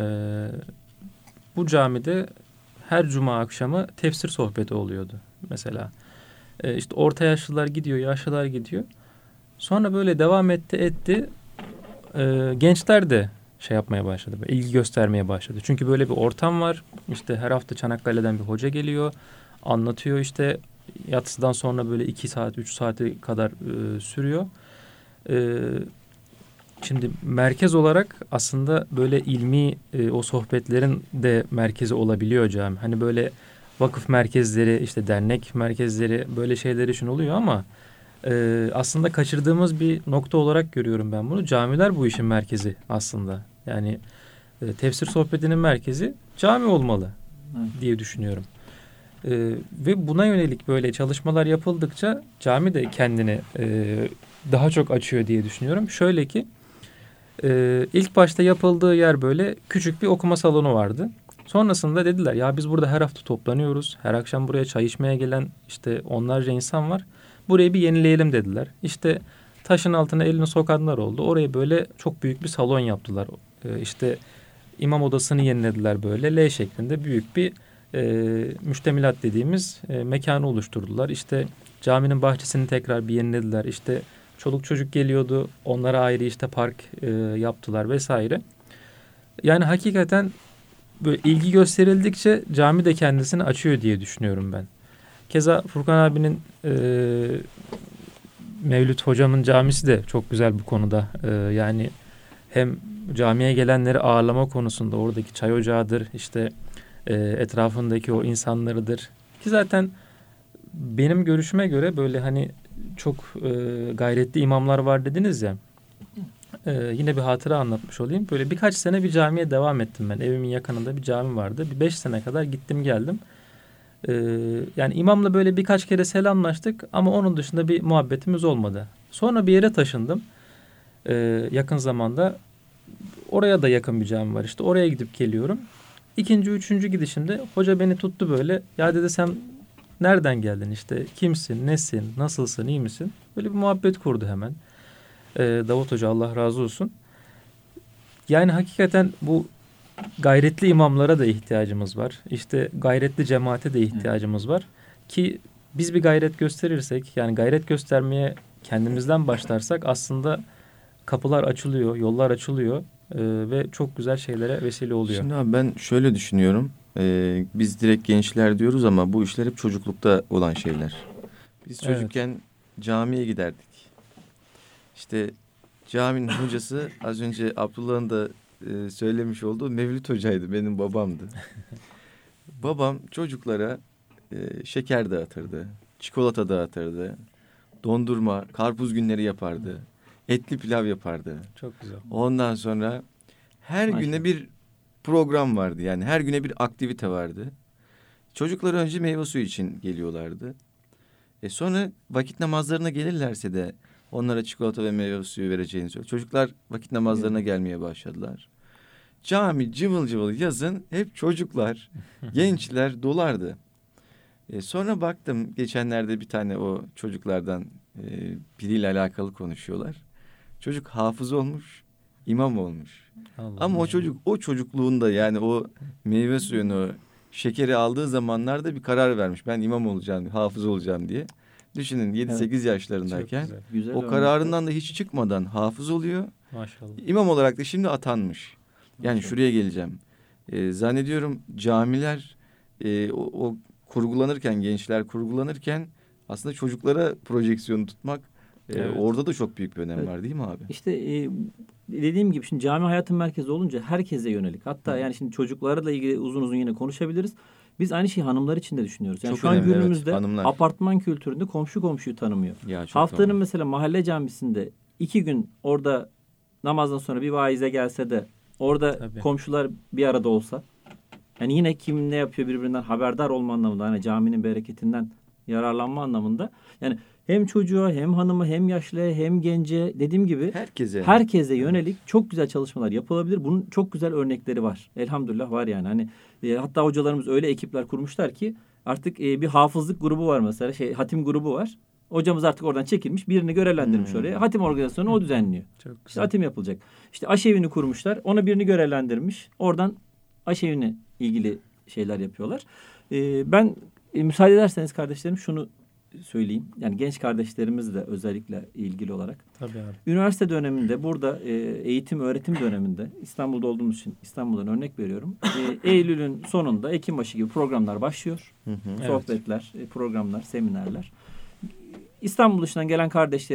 Speaker 1: Bu camide her cuma akşamı tefsir sohbeti oluyordu mesela. İşte orta yaşlılar gidiyor, yaşlılar gidiyor. Sonra böyle devam etti. Gençler de yapmaya başladı. İlgi göstermeye başladı. Çünkü böyle bir ortam var. İşte her hafta Çanakkale'den bir hoca geliyor. Anlatıyor işte. Yatsıdan sonra böyle 2 saat, 3 saate kadar sürüyor. Şimdi merkez olarak aslında böyle ilmi o sohbetlerin de merkezi olabiliyor cami. Hani böyle vakıf merkezleri, işte dernek merkezleri böyle şeyler için oluyor ama aslında kaçırdığımız bir nokta olarak görüyorum ben bunu. Camiler bu işin merkezi aslında. Yani tefsir sohbetinin merkezi cami olmalı diye düşünüyorum. Ve buna yönelik böyle çalışmalar yapıldıkça cami de kendini daha çok açıyor diye düşünüyorum. Şöyle ki ilk başta yapıldığı yer böyle küçük bir okuma salonu vardı. Sonrasında dediler ya biz burada her hafta toplanıyoruz. Her akşam buraya çay içmeye gelen işte onlarca insan var. Burayı bir yenileyelim dediler. İşte taşın altına elini sokanlar oldu. Oraya böyle çok büyük bir salon yaptılar. İşte imam odasını yenilediler böyle L şeklinde büyük bir müştemilat dediğimiz mekanı oluşturdular. İşte caminin bahçesini tekrar bir yenilediler. İşte çoluk çocuk geliyordu. Onlara ayrı işte park yaptılar vesaire. Yani hakikaten böyle ilgi gösterildikçe cami de kendisini açıyor diye düşünüyorum ben. Keza Furkan abinin Mevlüt hocamın camisi de çok güzel bu konuda. Yani hem camiye gelenleri ağırlama konusunda oradaki çay ocağıdır, işte etrafındaki o insanlarıdır. Ki zaten benim görüşüme göre böyle hani çok gayretli imamlar var dediniz ya. Yine bir hatıra anlatmış olayım. Böyle birkaç sene bir camiye devam ettim ben. Evimin yakınında bir cami vardı. Bir 5 sene kadar gittim geldim. Yani imamla böyle birkaç kere selamlaştık ama onun dışında bir muhabbetimiz olmadı. Sonra bir yere taşındım. Yakın zamanda. Oraya da yakın bir cami var işte. Oraya gidip geliyorum. 2. 3. gidişimde hoca beni tuttu böyle. Ya dedi sen nereden geldin işte? Kimsin? Nesin? Nasılsın? İyi misin? Böyle bir muhabbet kurdu hemen. Davut Hoca Allah razı olsun. Yani hakikaten bu gayretli imamlara da ihtiyacımız var. İşte gayretli cemaate de ihtiyacımız var. Ki biz bir gayret gösterirsek yani gayret göstermeye kendimizden başlarsak aslında kapılar açılıyor, yollar açılıyor ve çok güzel şeylere vesile oluyor.
Speaker 2: Şimdi abi ben şöyle düşünüyorum. Biz direkt gençler diyoruz ama bu işler hep çocuklukta olan şeyler. Biz çocukken camiye giderdik. İşte caminin hocası az önce Abdullah'ın da söylemiş olduğu Mevlüt Hoca'ydı. Benim babamdı. Babam çocuklara şeker dağıtırdı. Çikolata dağıtırdı. Dondurma, karpuz günleri yapardı. Etli pilav yapardı.
Speaker 1: Çok güzel.
Speaker 2: Ondan sonra her güne bir program vardı. Yani her güne bir aktivite vardı. Çocuklar önce meyve suyu için geliyorlardı. Sonra vakit namazlarına gelirlerse de onlara çikolata ve meyve suyu vereceğini söylüyor. Çocuklar vakit namazlarına gelmeye başladılar. Cami cıvıl cıvıl yazın hep çocuklar, gençler dolardı. Sonra baktım geçenlerde bir tane o çocuklardan biriyle alakalı konuşuyorlar. Çocuk hafız olmuş, imam olmuş. Ama o çocuk o çocukluğunda yani o meyve suyunu, şekeri aldığı zamanlarda bir karar vermiş. Ben imam olacağım, hafız olacağım diye. Düşünün 7-8 yaşlarındayken
Speaker 3: güzel
Speaker 2: o kararından da hiç çıkmadan hafız oluyor.
Speaker 1: Maşallah.
Speaker 2: İmam olarak da şimdi atanmış. Yani
Speaker 3: Maşallah.
Speaker 2: şuraya geleceğim. Zannediyorum camiler o kurgulanırken, gençler kurgulanırken aslında çocuklara projeksiyon tutmak orada da çok büyük bir önem var değil mi abi?
Speaker 3: İşte dediğim gibi şimdi cami hayatın merkezi olunca herkese yönelik. Hatta yani şimdi çocuklarla ilgili uzun uzun yine konuşabiliriz. Biz aynı şeyi hanımlar için de düşünüyoruz. Yani
Speaker 2: çok
Speaker 3: şu an
Speaker 2: önemli,
Speaker 3: günümüzde
Speaker 2: hanımlar.
Speaker 3: apartman kültüründe komşu komşuyu tanımıyor. Haftanın
Speaker 2: tamam.
Speaker 3: mesela mahalle camisinde 2 gün orada namazdan sonra bir vaize gelse de orada komşular bir arada olsa yani yine kim ne yapıyor birbirinden haberdar olma anlamında hani caminin bereketinden yararlanma anlamında yani hem çocuğa hem hanıma hem yaşlıya hem gence dediğim gibi herkese yönelik çok güzel çalışmalar yapılabilir. Bunun çok güzel örnekleri var. Elhamdülillah var yani. Hani hatta hocalarımız öyle ekipler kurmuşlar ki artık bir hafızlık grubu var mesela hatim grubu var. Hocamız artık oradan çekilmiş birini görevlendirmiş oraya. Hatim organizasyonu o düzenliyor. İşte hatim yapılacak. İşte aşevini kurmuşlar. Ona birini görevlendirmiş. Oradan aşevine ilgili şeyler yapıyorlar. Ben müsaade ederseniz kardeşlerim şunu söyleyeyim. Yani genç kardeşlerimiz de özellikle ilgili olarak.
Speaker 1: Tabii abi.
Speaker 3: Üniversite döneminde burada eğitim öğretim döneminde İstanbul'da olduğumuz için İstanbul'dan örnek veriyorum. Eylül'ün sonunda Ekim başı gibi programlar başlıyor. Sohbetler, programlar, seminerler. İstanbul dışından gelen kardeşlerimiz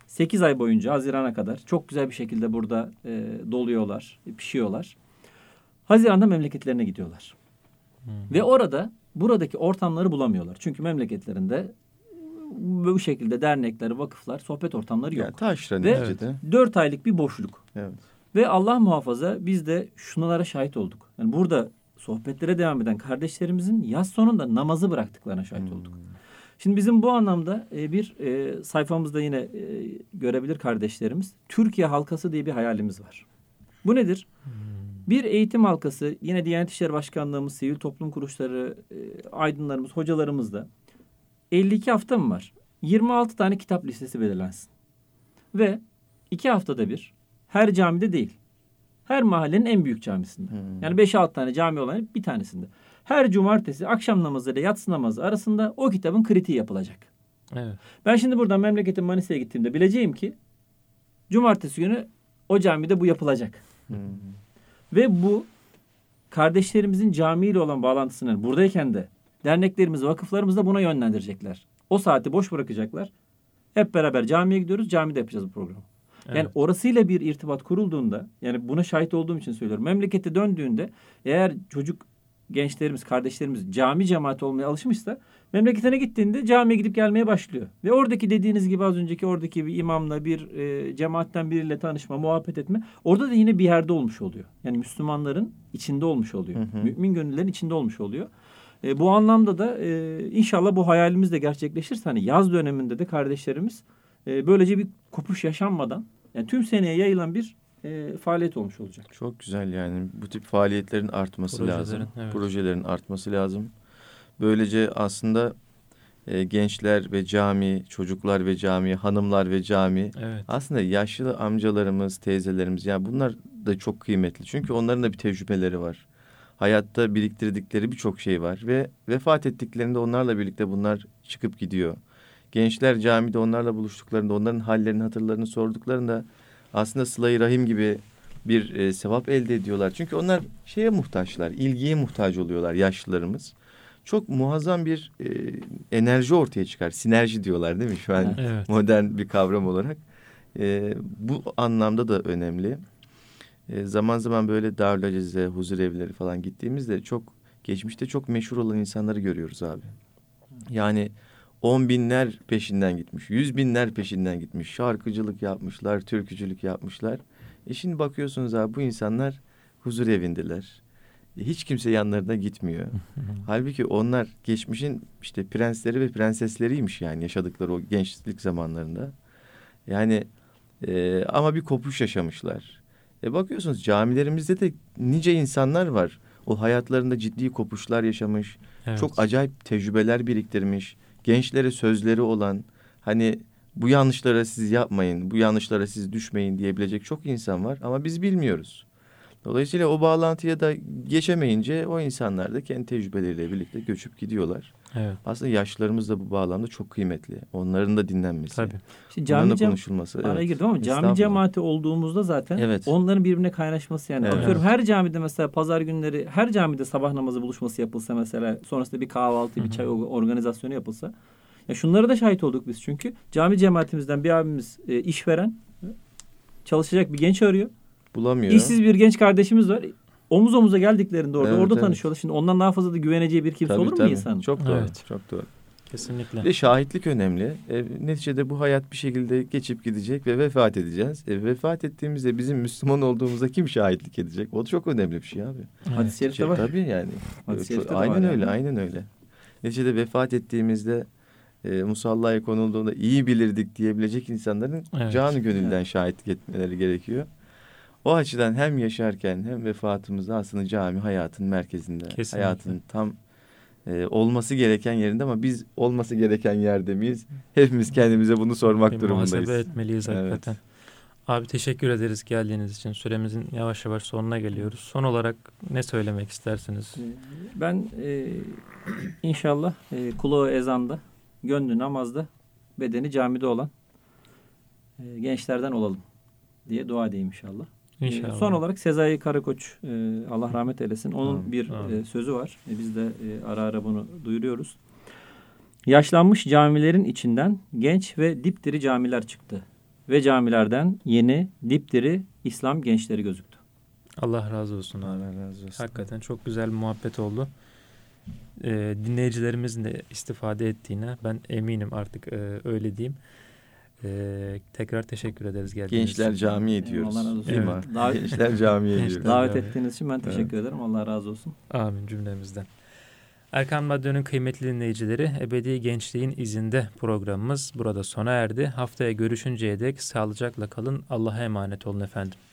Speaker 3: 8 ay boyunca Haziran'a kadar çok güzel bir şekilde burada doluyorlar, pişiyorlar. Haziran'da memleketlerine gidiyorlar. Ve orada buradaki ortamları bulamıyorlar. Çünkü memleketlerinde bu şekilde dernekler, vakıflar, sohbet ortamları yok.
Speaker 2: Yani taşra
Speaker 3: ve
Speaker 2: neticede.
Speaker 3: 4 aylık bir boşluk.
Speaker 2: Evet.
Speaker 3: Ve Allah muhafaza biz de şunlara şahit olduk. Yani burada sohbetlere devam eden kardeşlerimizin yaz sonunda namazı bıraktıklarına şahit olduk. Şimdi bizim bu anlamda bir sayfamızda yine görebilir kardeşlerimiz. Türkiye halkası diye bir hayalimiz var. Bu nedir? Bir eğitim halkası, yine Diyanet İşleri Başkanlığımız, sivil toplum kuruluşları, aydınlarımız, hocalarımız da 52 hafta mı var? 26 tane kitap listesi belirlensin. Ve 2 haftada bir, her camide değil, her mahallenin en büyük camisinde. Yani 5-6 tane cami olan bir tanesinde. Her cumartesi akşam namazı ile yatsı namazı arasında o kitabın kritiği yapılacak.
Speaker 1: Evet.
Speaker 3: Ben şimdi buradan memleketim Manisa'ya gittiğimde bileceğim ki cumartesi günü o camide bu yapılacak. Ve bu kardeşlerimizin camiyle olan bağlantısını buradayken de derneklerimiz, vakıflarımız da buna yönlendirecekler. O saati boş bırakacaklar. Hep beraber camiye gidiyoruz, camide yapacağız bu programı. Yani
Speaker 1: Evet.
Speaker 3: orasıyla bir irtibat kurulduğunda, yani buna şahit olduğum için söylüyorum. Memlekete döndüğünde eğer çocuk, gençlerimiz, kardeşlerimiz cami cemaati olmaya alışmışsa memleketine gittiğinde camiye gidip gelmeye başlıyor. Ve oradaki dediğiniz gibi az önceki oradaki bir imamla, bir cemaatten biriyle tanışma, muhabbet etme orada da yine bir yerde olmuş oluyor. Yani Müslümanların içinde olmuş oluyor. Mümin gönüllerin içinde olmuş oluyor. Bu anlamda da inşallah bu hayalimiz de gerçekleşirse hani yaz döneminde de kardeşlerimiz böylece bir kopuş yaşanmadan yani tüm seneye yayılan bir faaliyet olmuş olacak.
Speaker 2: Çok güzel yani bu tip faaliyetlerin artması lazım.
Speaker 1: Evet.
Speaker 2: Projelerin artması lazım. Böylece aslında gençler ve cami, çocuklar ve cami, hanımlar ve cami.
Speaker 1: Evet.
Speaker 2: Aslında yaşlı amcalarımız, teyzelerimiz yani bunlar da çok kıymetli. Çünkü onların da bir tecrübeleri var. Hayatta biriktirdikleri birçok şey var ve vefat ettiklerinde onlarla birlikte bunlar çıkıp gidiyor. Gençler camide onlarla buluştuklarında, onların hallerini, hatırlarını sorduklarında aslında sıla-i rahim gibi bir sevap elde ediyorlar. Çünkü onlar şeye muhtaçlar, ilgiye muhtaç oluyorlar yaşlılarımız. Çok muazzam bir enerji ortaya çıkar. Sinerji diyorlar değil mi şu an
Speaker 1: Evet.
Speaker 2: modern bir kavram olarak. Bu anlamda da önemli. Zaman zaman böyle Darül Acize, huzur evleri falan gittiğimizde çok geçmişte çok meşhur olan insanları görüyoruz abi. Yani 10 binler peşinden gitmiş, 100 binler peşinden gitmiş, şarkıcılık yapmışlar, türkücülük yapmışlar. Şimdi bakıyorsunuz abi bu insanlar huzur evindeler. Hiç kimse yanlarına gitmiyor. Halbuki onlar geçmişin işte prensleri ve prensesleriymiş yani yaşadıkları o gençlik zamanlarında. Yani ama bir kopuş yaşamışlar. Bakıyorsunuz camilerimizde de nice insanlar var. O hayatlarında ciddi kopuşlar yaşamış.
Speaker 1: Evet.
Speaker 2: Çok acayip tecrübeler biriktirmiş. Gençlere sözleri olan hani bu yanlışlara siz yapmayın, bu yanlışlara siz düşmeyin diyebilecek çok insan var. Ama biz bilmiyoruz. Dolayısıyla o bağlantıya da geçemeyince o insanlar da kendi tecrübeleriyle birlikte göçüp gidiyorlar.
Speaker 1: Evet.
Speaker 2: Aslında yaşlılarımız da bu bağlamda çok kıymetli. Onların da dinlenmesi.
Speaker 1: Tabii.
Speaker 3: Şimdi
Speaker 2: Onların da
Speaker 3: cami
Speaker 2: konuşulması.
Speaker 3: araya
Speaker 2: Evet.
Speaker 3: girdim ama cami
Speaker 2: Estağfurullah.
Speaker 3: cemaati olduğumuzda zaten
Speaker 2: Evet.
Speaker 3: onların birbirine kaynaşması yani.
Speaker 2: Evet.
Speaker 3: Atıyorum her camide mesela pazar günleri her camide sabah namazı buluşması yapılsa mesela sonrasında bir kahvaltı, bir çay organizasyonu yapılsa. Ya şunlara da şahit olduk biz çünkü cami cemaatimizden bir abimiz işveren çalışacak bir genç arıyor.
Speaker 2: Bulamıyor.
Speaker 3: İşsiz bir genç kardeşimiz var. Omuz omuza geldiklerinde orada
Speaker 2: Evet.
Speaker 3: tanışıyorlar. Şimdi ondan daha fazla da güveneceği bir kimse olur mu insan?
Speaker 2: Çok doğru.
Speaker 1: Evet.
Speaker 2: Çok doğru.
Speaker 1: Kesinlikle.
Speaker 2: Ve şahitlik önemli. Neticede bu hayat bir şekilde geçip gidecek ve vefat edeceğiz. Vefat ettiğimizde bizim Müslüman olduğumuza kim şahitlik edecek? O da çok önemli bir şey abi.
Speaker 3: Hadis-i şerifte var.
Speaker 2: Tabii yani.
Speaker 3: Hadis-i şerifte de
Speaker 2: Aynen
Speaker 3: var
Speaker 2: öyle,
Speaker 3: yani.
Speaker 2: aynen öyle. Neticede vefat ettiğimizde musallaya konulduğunda iyi bilirdik diyebilecek insanların
Speaker 1: Evet.
Speaker 2: canı gönülden şahitlik etmeleri gerekiyor. O açıdan hem yaşarken hem vefatımızda aslında cami hayatın merkezinde.
Speaker 1: Kesinlikle.
Speaker 2: Hayatın tam olması gereken yerinde ama biz olması gereken yerde miyiz? Hepimiz kendimize bunu sormak
Speaker 1: Bir
Speaker 2: durumundayız.
Speaker 1: muhasebe etmeliyiz
Speaker 2: Evet.
Speaker 1: hakikaten. Abi teşekkür ederiz geldiğiniz için. Süremizin yavaş yavaş sonuna geliyoruz. Son olarak ne söylemek istersiniz?
Speaker 3: Ben inşallah kulağı ezanda, gönlü namazda, bedeni camide olan gençlerden olalım diye dua edeyim inşallah.
Speaker 1: İnşallah.
Speaker 3: Son olarak Sezai Karakoç, Allah rahmet eylesin. Onun
Speaker 2: Amin.
Speaker 3: bir
Speaker 1: Amin.
Speaker 3: sözü var. Biz de ara ara bunu duyuruyoruz. Yaşlanmış camilerin içinden genç ve dipdiri camiler çıktı. ve camilerden yeni, dipdiri İslam gençleri gözüktü.
Speaker 1: Allah razı olsun abi.
Speaker 2: Allah razı olsun.
Speaker 1: Hakikaten çok güzel bir muhabbet oldu. Dinleyicilerimizin de istifade ettiğine ben eminim, artık öyle diyeyim. Tekrar teşekkür ederiz geldiğiniz
Speaker 2: Gençler
Speaker 1: için.
Speaker 2: camiye diyoruz.
Speaker 3: Allah razı olsun.
Speaker 2: Değil mi?
Speaker 3: Evet.
Speaker 2: Gençler camiye
Speaker 1: Gençler
Speaker 2: diyoruz.
Speaker 3: Davet
Speaker 1: Camiye.
Speaker 3: ettiğiniz için ben teşekkür ederim. Allah razı olsun.
Speaker 1: Amin cümlemizden. Erkam Radyo'nun kıymetli dinleyicileri, Ebedi Gençliğin İzinde programımız burada sona erdi. Haftaya görüşünceye dek sağlıcakla kalın. Allah'a emanet olun efendim.